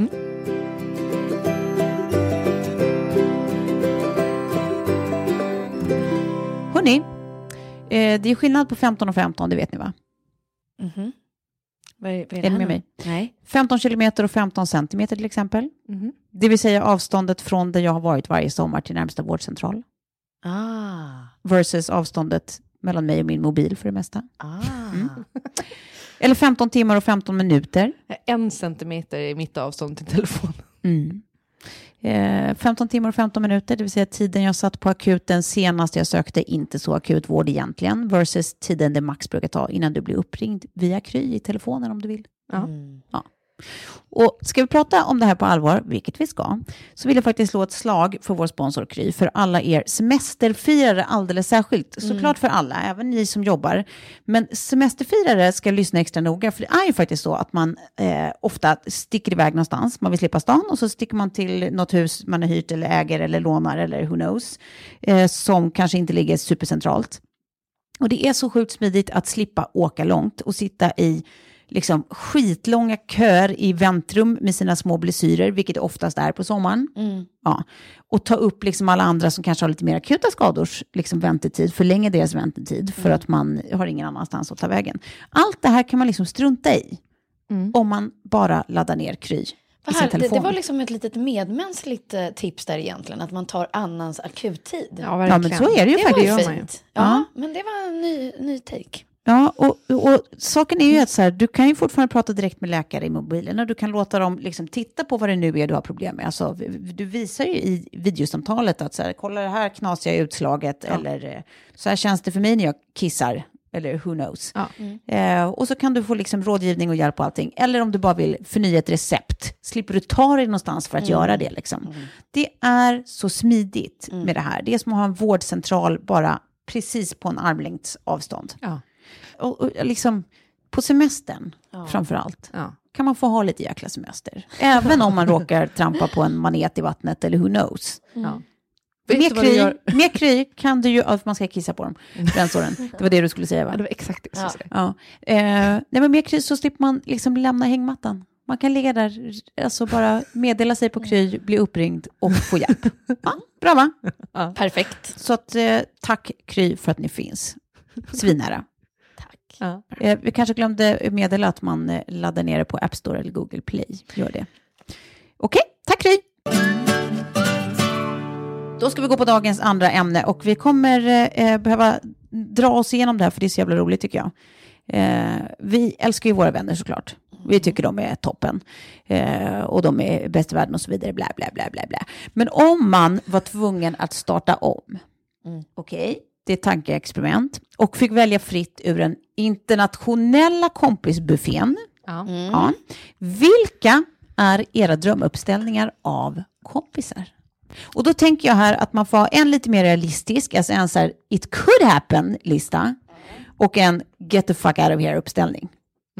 Hörrni, det är skillnad på 15 och 15, det vet ni va? Mm-hmm. Vad är det med mig? Nej. 15 kilometer och 15 centimeter till exempel. Mm-hmm. Det vill säga avståndet från där jag har varit varje sommar till närmsta vårdcentral. Versus avståndet mellan mig och min mobil för det mesta. Eller 15 timmar och 15 minuter. 1 centimeter är mitt avstånd till telefonen. 15 timmar och 15 minuter, det vill säga tiden jag satt på akuten senast jag sökte inte så akut vård egentligen, versus tiden det max brukar ta innan du blir uppringd via Kry i telefonen om du vill. Ja. Och ska vi prata om det här på allvar, vilket vi ska, så vill jag faktiskt slå ett slag för vår sponsor Kry, för alla er semesterfirare alldeles särskilt. Såklart för alla, även ni som jobbar. Men semesterfirare ska lyssna extra noga, för det är ju faktiskt så att man ofta sticker iväg någonstans. Man vill slippa stan och så sticker man till något hus man har hyrt eller äger eller lånar eller who knows, som kanske inte ligger supercentralt. Och det är så sjukt smidigt att slippa åka långt och sitta i liksom skitlånga kör i väntrum med sina små blessyrer, vilket det oftast är på sommaren. Ja. Och ta upp liksom alla andra som kanske har lite mer akuta skadors liksom väntetid, förlänga deras väntetid för att man har ingen annanstans att ta vägen. Allt det här kan man liksom strunta i om man bara laddar ner Kry. Det var liksom ett litet medmänskligt tips där egentligen, att man tar annans akuttid. Ja, men så är det ju faktiskt. Det var fint. Ja, men det var en ny take. Ja, och saken är ju att så här, du kan ju fortfarande prata direkt med läkare i mobilen och du kan låta dem liksom titta på vad det nu är du har problem med. Alltså, du visar ju i videosamtalet att så här, kolla det här knasiga utslaget eller så här känns det för mig när jag kissar eller who knows. Och så kan du få liksom rådgivning och hjälp på allting. Eller om du bara vill förnya ett recept, slipper du ta dig någonstans för att göra det liksom. Det är så smidigt med det här. Det är som att ha en vårdcentral bara precis på en armlängds avstånd. Och liksom på semestern framförallt kan man få ha lite jäkla semester. Även om man råkar trampa på en manet i vattnet eller who knows. Med Kry kan du ju, man ska kissa på dem, bränsoren. Det var det du skulle säga va? Ja, det var exakt det jag skulle säga. Nej, men med Kry så slipper man liksom lämna hängmattan. Man kan ligga där, alltså bara meddela sig på Kry, bli uppringd och få hjälp. Bra va? Perfekt. Så att, tack Kry för att ni finns. Svinnära. Vi kanske glömde meddela att man laddar ner det på App Store eller Google Play. Gör det. Okej, tack Kry! Då ska vi gå på dagens andra ämne och vi kommer behöva dra oss igenom det här för det är så jävla roligt tycker jag. Vi älskar ju våra vänner såklart. Vi tycker de är toppen. Och de är bäst i världen och så vidare. Bla, bla, bla, bla, bla. Men om man var tvungen att starta om. Okej. Det är tankeexperiment. Och fick välja fritt ur den internationella kompisbuffén. Ja. Vilka är era drömuppställningar av kompisar? Och då tänker jag här att man får ha en lite mer realistisk, alltså en så här it could happen-lista och en get the fuck out of here-uppställning.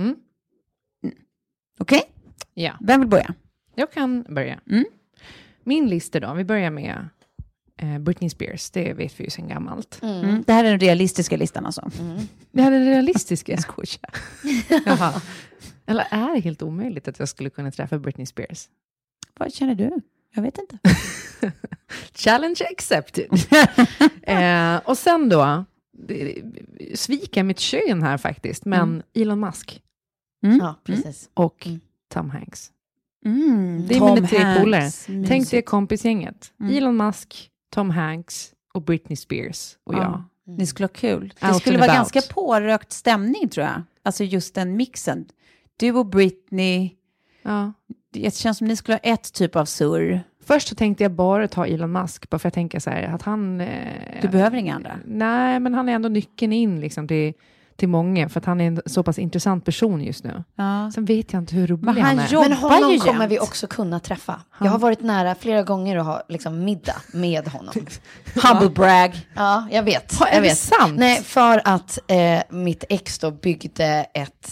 Okej? Ja. Vem vill börja? Jag kan börja. Min lista då, vi börjar med Britney Spears, det vet vi ju sedan gammalt. Det här är den realistiska listan alltså. Det här är den realistiska. Jag skojar. Jaha. Eller är det helt omöjligt att jag skulle kunna träffa Britney Spears? Vad känner du? Jag vet inte. Challenge accepted. Och sen då, svika mitt kön här faktiskt, men Elon Musk. Ja, precis. Och Tom Hanks. Det är mina 3 polare. Tänk dig kompisgänget. Elon Musk, Tom Hanks och Britney Spears och jag. Det skulle vara kul. Det skulle vara ganska pårökt stämning tror jag. Alltså just den mixen. Du och Britney. Det känns som ni skulle ha ett typ av surr. Först så tänkte jag bara ta Elon Musk. Bara för jag tänker så här att han... Du behöver inga andra? Nej, men han är ändå nyckeln in liksom till många. För att han är en så pass intressant person just nu. Ja. Sen vet jag inte hur rolig han är. Men honom kommer vi också kunna träffa. Jag har varit nära flera gånger att ha liksom middag med honom. Humble brag. Ja, jag vet. Är det sant? Nej, för att mitt ex då byggde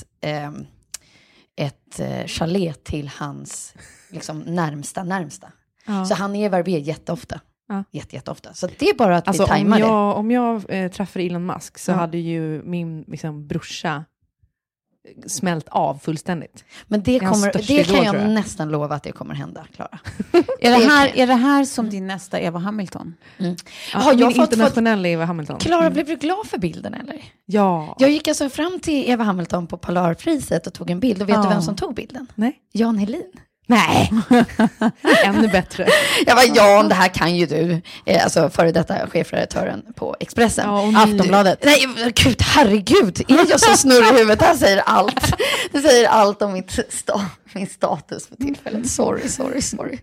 ett chalet till hans liksom närmsta. Ja. Så han är i Verbier jätteofta. Ja. Jätteofta. Så det är bara att vi tajmar det. Om jag träffar Elon Musk så hade ju min liksom, brorsa smält av fullständigt. Men det kan jag nästan lova att det kommer hända, Klara. Är det här som din nästa Eva Hamilton? Har jag fått internationella Eva Hamilton? Klara, blev du glad för bilden eller? Ja. Jag gick alltså fram till Eva Hamilton på Polarpriset och tog en bild. Och vet du vem som tog bilden? Nej. Jan Helin. Nej, ännu bättre. Jag var Jan, det här kan ju du. Alltså före detta chefredaktören på Expressen. Aftonbladet. Nej, gud, herregud. Är jag så snurrig i huvudet? Det här säger allt. Det säger allt om min status för tillfället. Sorry.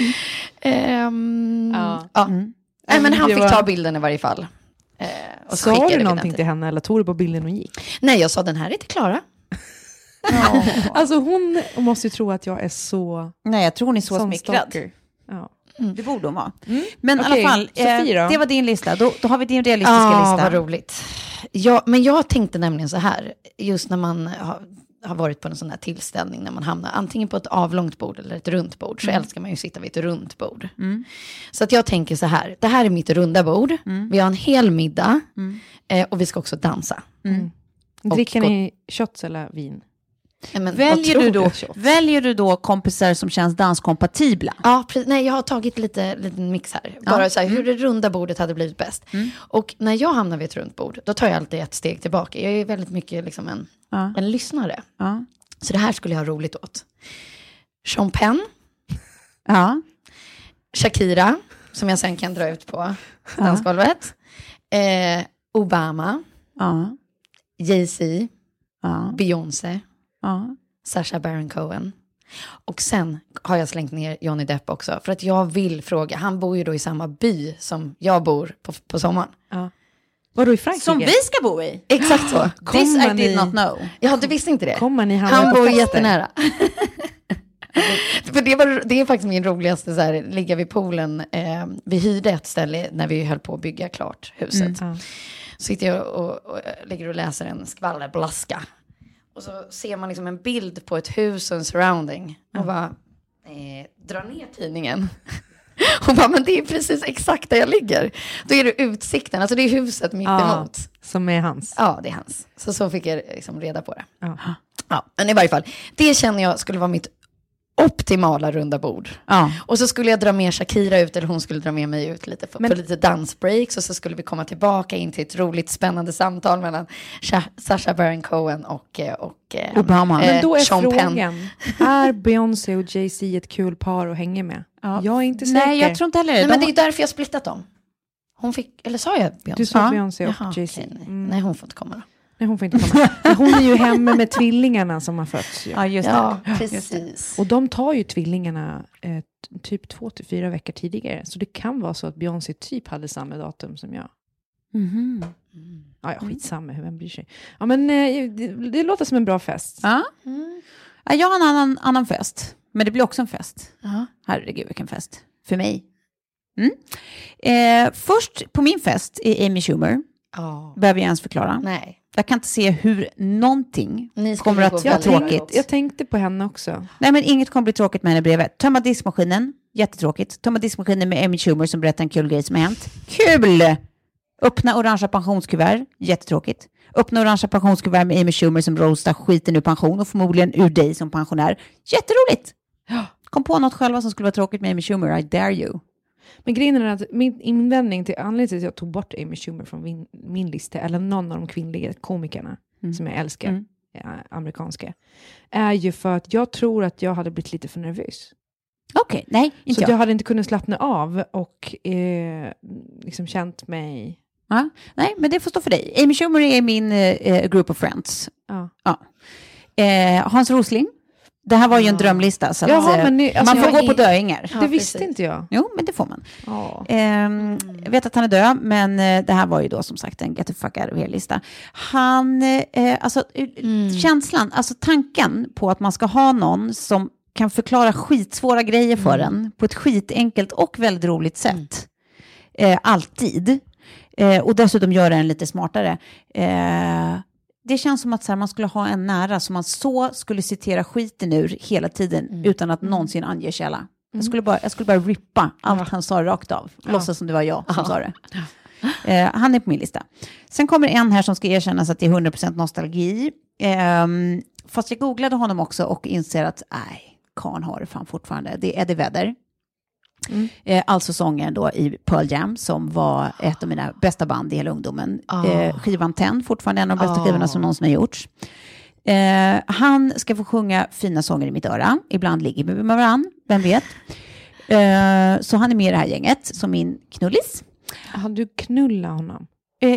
Nej, men han fick ta bilden i varje fall. Och sa du någonting till henne eller tog du på bilden och gick? Nej, jag sa den här är till Klara. Alltså hon måste ju tro att jag är så... Nej, jag tror hon är så smickrad. Ja. Det borde hon vara. Men i alla fall, det var din lista. Då har vi din realistiska lista. Ja, vad roligt. Men jag tänkte nämligen så här. Just när man har varit på en sån här tillställning. När man hamnar antingen på ett avlångt bord eller ett runt bord. Så älskar man ju sitta vid ett runt bord. Så att jag tänker så här. Det här är mitt runda bord. Vi har en hel middag. Och vi ska också dansa. Dricker ni shots eller vin? Väljer du då kompisar som känns danskompatibla? Ja, nej, jag har tagit liten mix här. Bara så här, hur det runda bordet hade blivit bäst. Och när jag hamnar vid ett runt bord, då tar jag alltid ett steg tillbaka. Jag är väldigt mycket liksom en lyssnare. Så det här skulle jag ha roligt åt. Sean Penn. Shakira, som jag sen kan dra ut på dansgolvet. Obama. Jay-Z. Beyoncé. Sacha Baron Cohen. Och sen har jag slängt ner Johnny Depp också. För att jag vill fråga. Han bor ju då i samma by som jag bor på sommaren. Vadå i Frankrike? Som vi ska bo i? Exakt så. This I did not know. Ja, du visste inte det. Han bor jättenära. För det är faktiskt min roligaste så här, ligga vid poolen. Vi hyrde ett ställe när vi höll på att bygga klart huset. Så sitter jag och ligger och läser en skvallerblaska. Och så ser man liksom en bild på ett hus och en surrounding. Och bara, dra ner tidningen. Och bara, men det är precis exakt där jag ligger. Då är det utsikten, alltså det är huset mitt emot. Som är hans. Ja, det är hans. Så fick jag liksom reda på det. Ja, men i varje fall. Det känner jag skulle vara mitt optimala runda bord. Och så skulle jag dra med Shakira ut, eller hon skulle dra med mig ut lite för lite dansbreaks, och så skulle vi komma tillbaka in till ett roligt spännande samtal mellan Sacha Baron Cohen och Obama. Men då är Sean frågan, Penn. Är Beyoncé och Jay-Z ett kul par att hänga med? Jag är inte säker. Nej, jag tror inte heller det. Nej, men det är därför jag splittat dem. Hon fick, eller sa jag Beyoncé? Du sa Beyoncé och Jay-Z. Okay, nej, hon får inte komma då. Nej, hon får inte komma. Hon är ju hemma med tvillingarna som har fötts. Ja, just det. Ja, precis. Och de tar ju tvillingarna typ 2 till 4 veckor tidigare. Så det kan vara så att Beyoncé typ hade samma datum som jag. Ja, skitsamma, vem bryr sig. Ja, men det låter som en bra fest. Ja. Jag har en annan fest. Men det blir också en fest. Herregud, vilken fest. För mig. Först på min fest är Amy Schumer. Behöver jag ens förklara? Nej. Jag kan inte se hur någonting kommer att vara tråkigt. Jag tänkte på henne också. Nej, men inget kommer bli tråkigt med henne bredvid. Tömma diskmaskinen, jättetråkigt. Tömma diskmaskinen med Amy Schumer som berättar en kul grej som har hänt. Kul! Öppna orangea pensionskuvert, jättetråkigt. Öppna orangea pensionskuvert med Amy Schumer som roastar skiten ur pension och förmodligen ur dig som pensionär. Jätteroligt! Kom på något själva som skulle vara tråkigt med Amy Schumer, I dare you. Men grejen är att min invändning till anledningen till att jag tog bort Amy Schumer från min lista, eller någon av de kvinnliga komikerna som jag älskar, amerikanska, är ju för att jag tror att jag hade blivit lite för nervös. Okej, nej, inte så jag hade inte kunnat slappna av och liksom känt mig... Nej, men det får stå för dig. Amy Schumer är min group of friends. Hans Rosling. Det här var ju en drömlista, så Jaha, man får gå på döingar. Det visste inte jag. Jo, men det får man. Jag vet att han är död, men det här var ju då som sagt en get the fuck out of here-lista. Känslan, alltså tanken på att man ska ha någon som kan förklara skitsvåra grejer för en på ett skitenkelt och väldigt roligt sätt. Alltid. Och dessutom göra en lite smartare. Det känns som att så här, man skulle ha en nära som man så skulle citera skiten ur hela tiden utan att någonsin ange källa. Jag skulle bara rippa allt han sa rakt av. Låtsas som det var jag som sa det. Han är på min lista. Sen kommer en här som ska erkännas att det är 100% nostalgi. Fast jag googlade honom också och inser att Karn har det fan fortfarande. Det är Eddie Vedder. Alltså sången då i Pearl Jam som var ett av mina bästa band i hela ungdomen. Skivan 10, fortfarande en av de bästa skivorna som någonsin har gjorts. Han ska få sjunga fina sånger i mitt öra. Ibland ligger vi med varann, vem vet. Så han är med i det här gänget som min knullis. Har du knullat honom?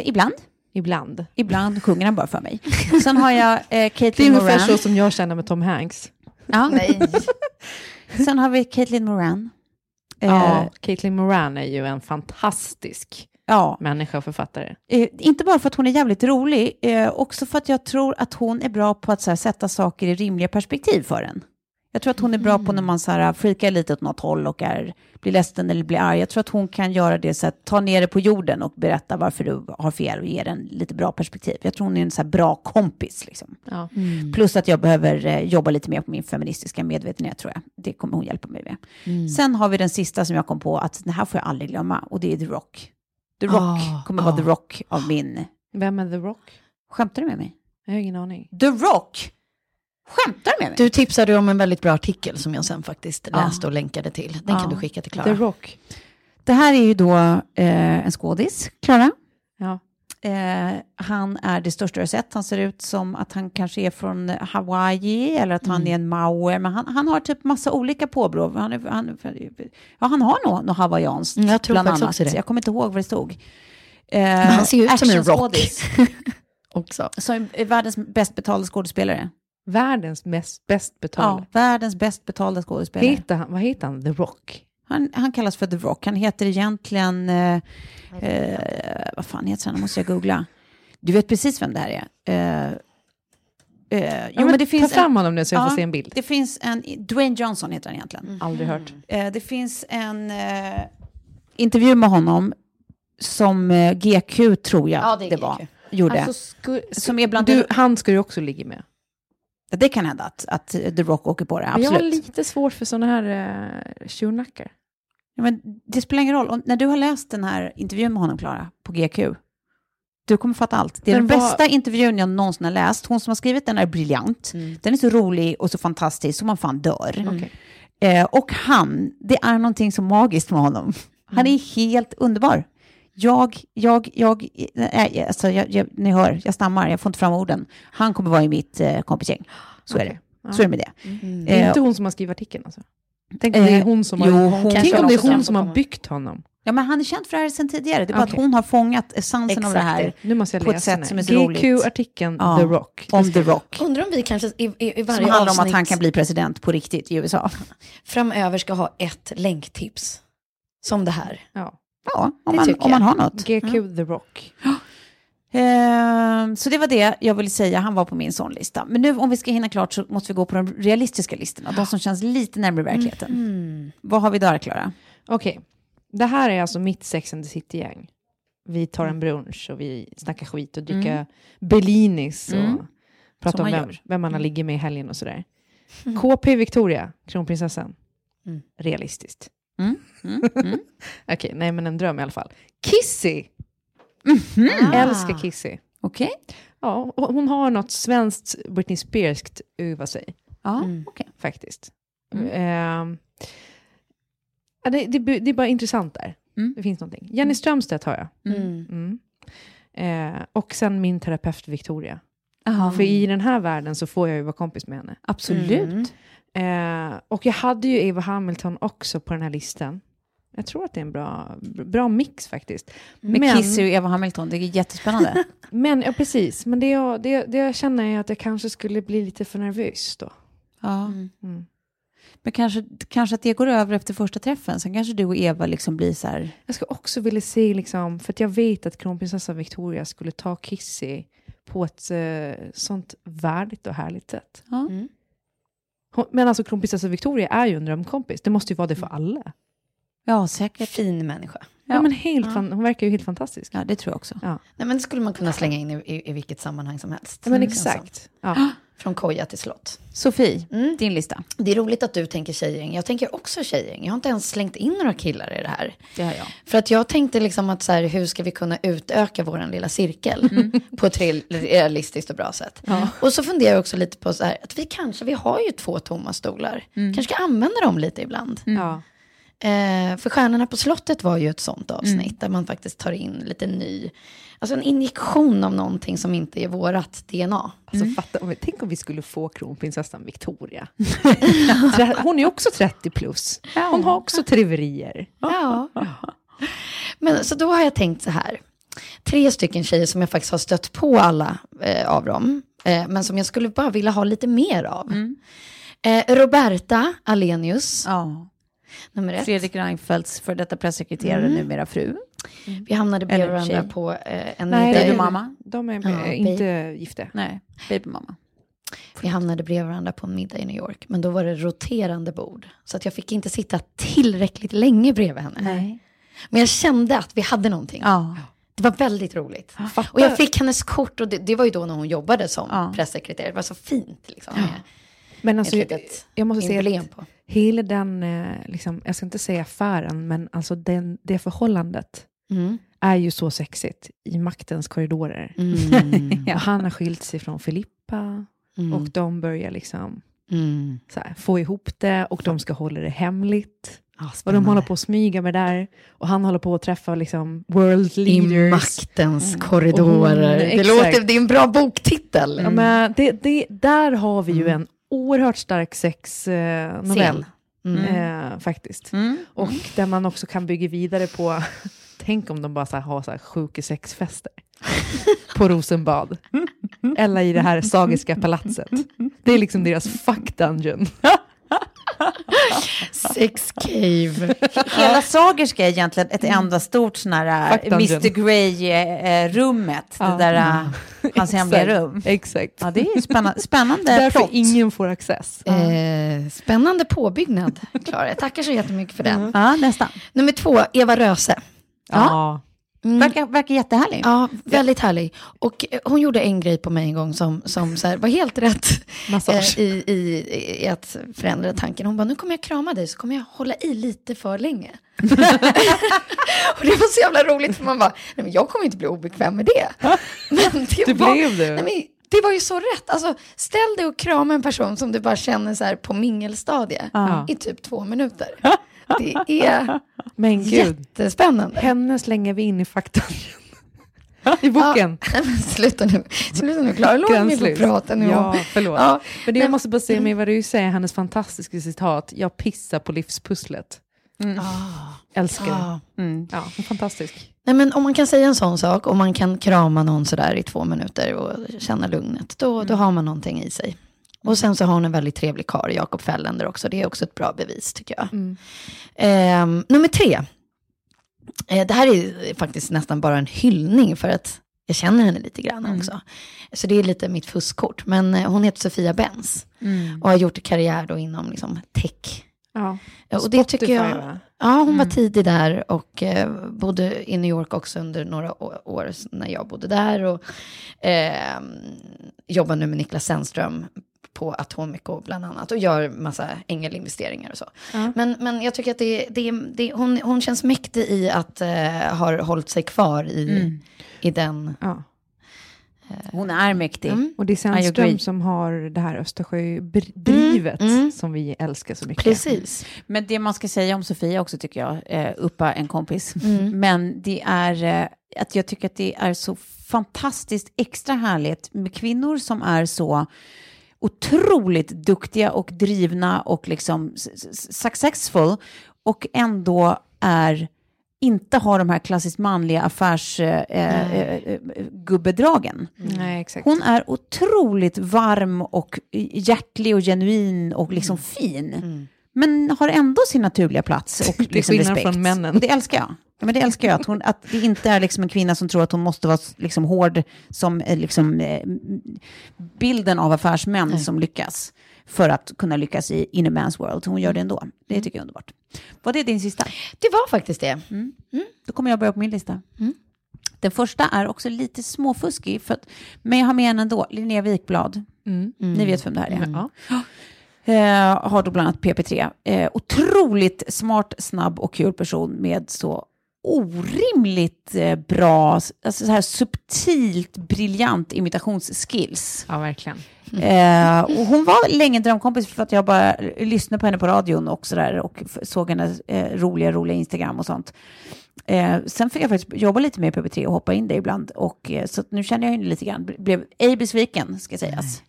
Ibland sjunger han bara för mig. Sen har jag Caitlin Moran. Det är ungefär så som jag känner med Tom Hanks. Ja. Nej. Sen har vi Caitlin Moran. Caitlin Moran är ju en fantastisk människa och författare. Inte bara för att hon är jävligt rolig, också för att jag tror att hon är bra på att så här, sätta saker i rimliga perspektiv för en. Jag tror att hon är bra på när man så här, freakar lite åt något håll och blir ledsen eller blir arg. Jag tror att hon kan göra det så att ta ner det på jorden och berätta varför du har fel och ge den lite bra perspektiv. Jag tror hon är en så här bra kompis. Liksom. Ja. Plus att jag behöver jobba lite mer på min feministiska medvetenhet, tror jag. Det kommer hon hjälpa mig med. Sen har vi den sista som jag kom på att det här får jag aldrig glömma, och det är The Rock. The Rock kommer vara The Rock av min... Vem är The Rock? Skämtar du med mig? Jag har ingen aning. The Rock! Skämtar du med mig? Du tipsade om en väldigt bra artikel som jag sen faktiskt läste och länkade till. Den kan du skicka till Klara. The Rock. Det här är ju då en skådis, Klara. Ja. Han är det största jag har sett. Han ser ut som att han kanske är från Hawaii eller att han är en Mauer. Men han har typ massa olika påbrov. Han har nog hawaiianskt. Jag tror faktiskt också det. Jag kommer inte ihåg vad det stod. Han ser ut som en rock. Också. Som är världens bäst betalda skådespelare. Världens bäst betalda? Ja, världens bäst betalda skådespelare. Vad heter han? The Rock? Han kallas för The Rock. Han heter egentligen... vad fan heter han? Måste jag googla. Du vet precis vem det här är. Men det finns ta fram honom nu så jag får se en bild. Det finns en... Dwayne Johnson heter han egentligen. Aldrig hört. Det finns en intervju med honom som GQ tror jag det var. Gjorde. Alltså, som är bland han ska ju också ligga med. Det kan hända att The Rock åker på det, absolut. Jag har lite svårt för sådana här tjurnackar. Ja, men det spelar ingen roll. Och när du har läst den här intervjun med honom, Klara, på GQ, du kommer fatta allt. Det är den bästa intervjun jag någonsin har läst. Hon som har skrivit den är briljant. Den är så rolig och så fantastisk så man fan dör. Och det är någonting så magiskt med honom. Han är helt underbar. Ni hör, jag stammar, jag får inte fram orden. Han kommer vara i mitt kompisgäng. Så är det. Så är det med det. Det är inte hon som har skrivit artikeln alltså. Tänk om det är hon som har byggt honom. Ja, men han är känd för det här sedan tidigare. Det är bara att hon har fångat essensen av det här nu måste jag på ett sätt som är så roligt. GQ-artikeln The Rock. Om The Rock. Undrar om vi kanske i varje som handlar om att han kan bli president på riktigt i USA. Framöver ska ha ett länktips. Som det här. Ja, om man har något. GQ The Rock. Så det var det jag ville säga. Han var på min sån lista. Men nu om vi ska hinna klart så måste vi gå på de realistiska listorna. De som känns lite närmare verkligheten. Vad har vi där, Klara? Okej. Det här är alltså mitt Sex and the City-gäng. Vi tar en brunch och vi snackar skit och dricker Bellinis och pratar om vem man har ligger med i helgen och sådär. KP Victoria, kronprinsessan. Realistiskt. Okej, nej men en dröm i alla fall. Kissy! Älskar Kissy. Okej. Ja, och hon har något svenskt Britney Spearskt över sig. Ja, faktiskt. Det är bara intressant där. Det finns någonting. Jenny Strömstedt har jag. Och sen min terapeut Victoria. För i den här världen så får jag ju vara kompis med henne. Absolut. Och jag hade ju Eva Hamilton också på den här listan. Jag tror att det är en bra mix faktiskt. Med Kissy och Eva Hamilton, det är jättespännande. Men, ja precis. Men det jag känner är att jag kanske skulle bli lite för nervös då. Ja. Men kanske att det går över efter första träffen. Sen kanske du och Eva liksom blir så här... Jag skulle också vilja se, liksom, för att jag vet att kronprinsessan Victoria skulle ta Kissy på ett sånt värdigt och härligt sätt. Ja. Men alltså kronprinsessan Victoria är ju en drömkompis. Det måste ju vara det för alla. Ja, säkert. Fin människa. Ja, men hon verkar ju helt fantastisk. Ja, det tror jag också. Ja. Nej, men det skulle man kunna slänga in i vilket sammanhang som helst. Ja, men exakt. Ja. Från koja till slott. Sofie, din lista. Det är roligt att du tänker tjejgäng. Jag tänker också tjejgäng. Jag har inte ens slängt in några killar i det här. Det har jag. För att jag tänkte liksom att så här, hur ska vi kunna utöka våran lilla cirkel på ett realistiskt och bra sätt. Och så funderar jag också lite på så här, att vi har ju 2 tomma stolar. Kanske ska använda dem lite ibland. Ja. För Stjärnorna på slottet var ju ett sånt avsnitt där man faktiskt tar in lite ny, alltså en injektion av någonting som inte är vårat DNA. Alltså, tänk om vi skulle få kronprinsessan Victoria. Hon är också 30 plus. Hon har också triverier. Ja. Men så då har jag tänkt så här. 3 stycken tjejer som jag faktiskt har stött på alla av dem. Men som jag skulle bara vilja ha lite mer av. Roberta Alenius. Ja. Nummer 1. Fredrik Reinfeldts för detta pressekreterare, numera fru. Vi hamnade bredvid varandra på en middag. Babymamma. De är inte gifta. Nej, babymamma. Vi hamnade bredvid varandra på en middag i New York. Men då var det roterande bord. Så att jag fick inte sitta tillräckligt länge bredvid henne. Nej. Men jag kände att vi hade någonting. Ja. Det var väldigt roligt. Och jag fick hennes kort. Och det var ju då när hon jobbade som pressekreterare. Det var så fint liksom. Men alltså, jag måste säga på. Hela den, liksom, jag ska inte säga affären, men alltså det förhållandet är ju så sexigt i maktens korridorer. Ja, han har skilt sig från Filippa och de börjar liksom så här, få ihop det och de ska hålla det hemligt. Och de håller på att smyga med det där. Och han håller på att träffa liksom world leaders. I maktens korridorer. Det är en bra boktitel. Ja, men där har vi ju en oerhört stark sexnovell. Faktiskt. Och där man också kan bygga vidare på... Tänk om de bara så här, har så här sjuka sexfester på Rosenbad. Eller i det här Sagiska palatset. Det är liksom deras fuck dungeon. Sex cave. Hela Sagerska är egentligen ett enda stort sån här Mr. Grey-rummet. Det där hans hemliga rum. Exakt. Ja, det är spännande därför plott. ingen får access. Spännande påbyggnad, Klara. Jag tackar så jättemycket för den. Ja, nästan. Nummer 2, Eva Röse. Ja. Verkar jättehärlig. Ja, väldigt härlig. Och hon gjorde en grej på mig en gång som så här, var helt rätt i att förändra tanken. Hon bara, nu kommer jag krama dig så kommer jag hålla i lite för länge. Och det var så jävla roligt för man bara, nej men jag kommer inte bli obekväm med det. Men det blev du. Nej, men det var ju så rätt. Alltså, ställ dig och krama en person som du bara känner så här på mingelstadie i typ 2 minuter. Det är jättespännande. Henne slänger vi in i faktan. I boken. Ja, men sluta nu, Klara. Låt mig få prata nu. Ja, förlåt. Ja, men det jag måste bara säga med vad du säger, hennes fantastiska citat. Jag pissar på livspusslet. Älskar. Ja, fantastisk. Nej, men om man kan säga en sån sak, och man kan krama någon sådär i 2 minuter och känna lugnet, då har man någonting i sig. Och sen så har hon en väldigt trevlig karl, Jakob Fällender också. Det är också ett bra bevis, tycker jag. Nummer 3. Det här är faktiskt nästan bara en hyllning, för att jag känner henne lite grann också. Så det är lite mitt fuskkort. Men hon heter Sofia Benz. Och har gjort karriär då inom liksom tech. Ja. Och det tycker jag... Ja, hon var tidig där och bodde i New York också under några år när jag bodde där. Och jobbar nu med Niklas Zennström på Atomico bland annat och gör massa ängelinvesteringar och så. Men jag tycker att hon känns mäktig i att har hållit sig kvar i den... Ja. Hon är mäktig. Och det är Zennström som har det här Östersjödrivet som vi älskar så mycket. Precis. Men det man ska säga om Sofia också, tycker jag, uppa en kompis. Men det är att jag tycker att det är så fantastiskt extra härligt med kvinnor som är så otroligt duktiga och drivna och liksom successful och ändå är inte har de här klassiskt manliga affärsgubbedragen. Nej, exakt. Hon är otroligt varm och hjärtlig och genuin och liksom fin. Men har ändå sin naturliga plats och liksom respekt. Från männen. Och det älskar jag. Ja, men det älskar jag, att det inte är liksom en kvinna som tror att hon måste vara liksom hård som liksom, bilden av affärsmän som lyckas för att kunna lyckas in a man's world. Hon gör det ändå. Det tycker jag är underbart. Var det din sista? Det var faktiskt det. Då kommer jag börja på min lista. Den första är också lite småfuskig, men jag har med henne ändå. Linnea Wikblad. Ni vet vem det här är. Har då bland annat PP3. Otroligt smart, snabb och kul person med så orimligt bra, alltså så här subtilt briljant imitationsskills. Ja, verkligen. Och hon var länge en drömkompis för att jag bara lyssnade på henne på radion och så där, och såg hennes roliga Instagram och sånt. Sen fick jag faktiskt jobba lite med PP3 och hoppa in där ibland, och så nu känner jag henne lite grann. Blev ej besviken, ska sägas.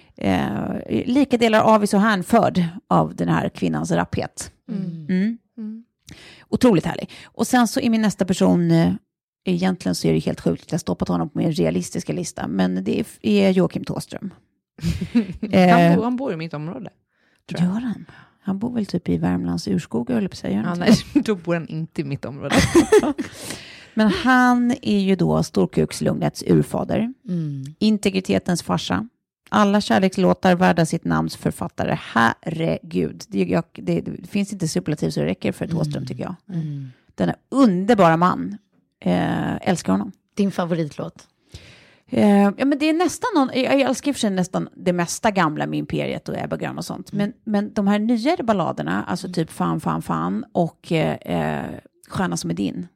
Lika delar avis och hänförd av den här kvinnans rapphet. Otroligt härlig. Och sen så är min nästa person, egentligen så är det helt sjukt att jag stoppat honom på min realistiska lista, men det är Joakim Thåström. Han bor i mitt område. Gör han? Han bor väl typ i Värmlands urskog, eller på sig. Nej, då bor han inte i mitt område. Men han är ju då storkukslugnets urfader. Integritetens farsa. Alla kärlekslåtar värda sitt namns författare. Herregud. Det finns inte superlativ så det räcker för Thåström, tycker jag. Den är underbara man. Älskar honom. Din favoritlåt? Ja, men det är nästan jag älskar för sig nästan det mesta gamla med Imperiet och Ebba Grön och sånt. Men de här nyare balladerna, alltså typ Fan och Stjärna som är din,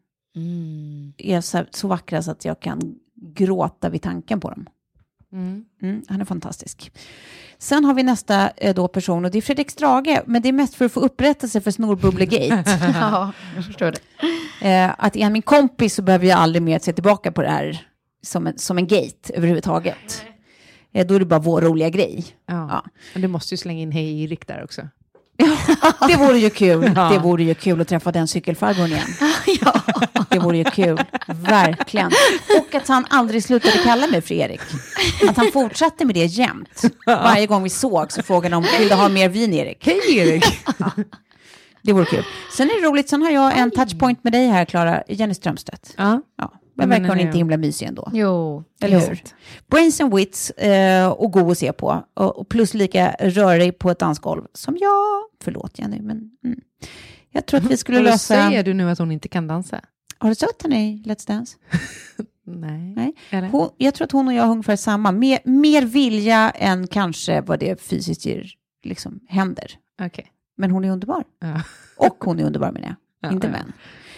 är så vackra så att jag kan gråta vid tanken på dem. Han är fantastisk. Sen har vi nästa då person, och det är Fredrik Strage, men det är mest för att få upprättelse för Snorbubblegate. Ja, jag förstår det. Att är han min kompis så behöver jag aldrig mer se tillbaka på det här som en gate överhuvudtaget. Då är det bara vår roliga grej. Ja. Men du måste ju slänga in Hej Erik där också. Det vore ju kul. Ja. Det vore ju kul att träffa den cykelfarbrorn igen. Ja. Det vore ju kul. Verkligen. Och att han aldrig slutade kalla mig för Erik. Att han fortsatte med det jämt. Varje gång vi såg så frågade de, vill du ha mer vin, Erik? Hej Erik. Ja. Det vore kul. Sen är det roligt, sen har jag en touchpoint med dig här, Klara. Jenny Strömstedt. Ja. Men verkar hon inte himla mysig ändå. Jo. Eller hur? Brains and wits och god att se på. Och plus lika rörig på ett dansgolv som jag. Förlåt Jenny, men jag tror att vi skulle lösa... Säger du nu att hon inte kan dansa? Har du sett henne i Let's Dance? Nej. Jag tror att hon och jag har ungefär samma. Mer vilja än kanske vad det fysiskt liksom händer. Okay. Men hon är underbar. Ja. Och hon är underbar, menar jag. Inte män.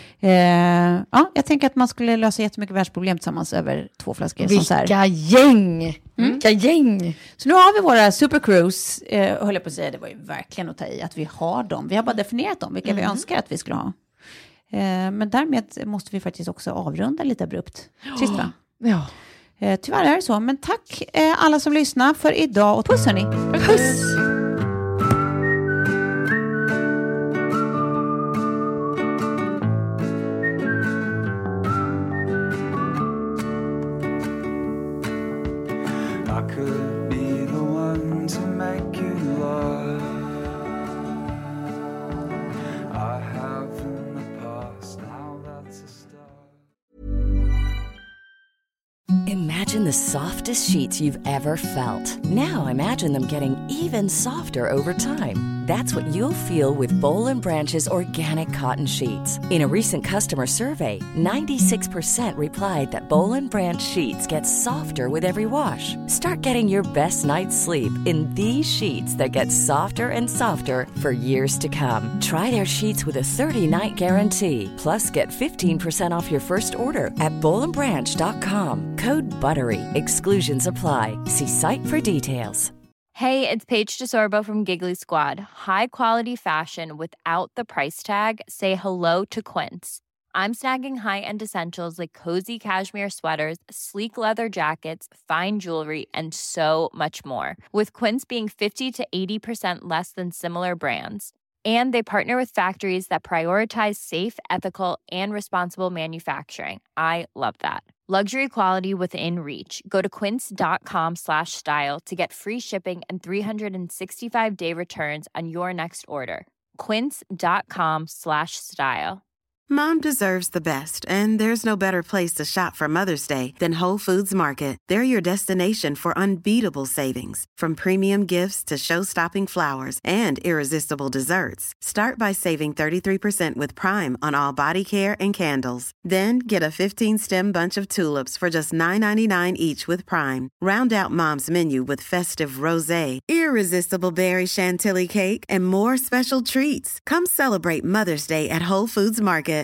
Jag tänker att man skulle lösa jättemycket världsproblem tillsammans över 2 flaskor. Vilka gäng! Vilka gäng! Så nu har vi våra supercruise, höll jag på att säga, det var ju verkligen att ta i att vi har dem. Vi har bara definierat dem, vilka vi önskar att vi skulle ha. Men därmed måste vi faktiskt också avrunda lite abrupt. Trist, va? Ja. Tyvärr är det så, men tack alla som lyssnar för idag, och puss hörni. Puss! I could be the one to make you love. I have in the past, now that's a start. Imagine the softest sheets you've ever felt. Now imagine them getting even softer over time. That's what you'll feel with Boll & Branch's organic cotton sheets. In a recent customer survey, 96% replied that Boll & Branch sheets get softer with every wash. Start getting your best night's sleep in these sheets that get softer and softer for years to come. Try their sheets with a 30-night guarantee. Plus, get 15% off your first order at BollandBranch.com. Code BUTTERY. Exclusions apply. See site for details. Hey, it's Paige DeSorbo from Giggly Squad. High quality fashion without the price tag. Say hello to Quince. I'm snagging high-end essentials like cozy cashmere sweaters, sleek leather jackets, fine jewelry, and so much more. With Quince being 50 to 80% less than similar brands. And they partner with factories that prioritize safe, ethical, and responsible manufacturing. I love that. Luxury quality within reach. Go to quince.com/style to get free shipping and 365-day returns on your next order. Quince.com/style. Mom deserves the best, and there's no better place to shop for Mother's Day than Whole Foods Market. They're your destination for unbeatable savings, from premium gifts to show-stopping flowers and irresistible desserts. Start by saving 33% with Prime on all body care and candles. Then get a 15-stem bunch of tulips for just $9.99 each with Prime. Round out Mom's menu with festive rosé, irresistible berry chantilly cake, and more special treats. Come celebrate Mother's Day at Whole Foods Market.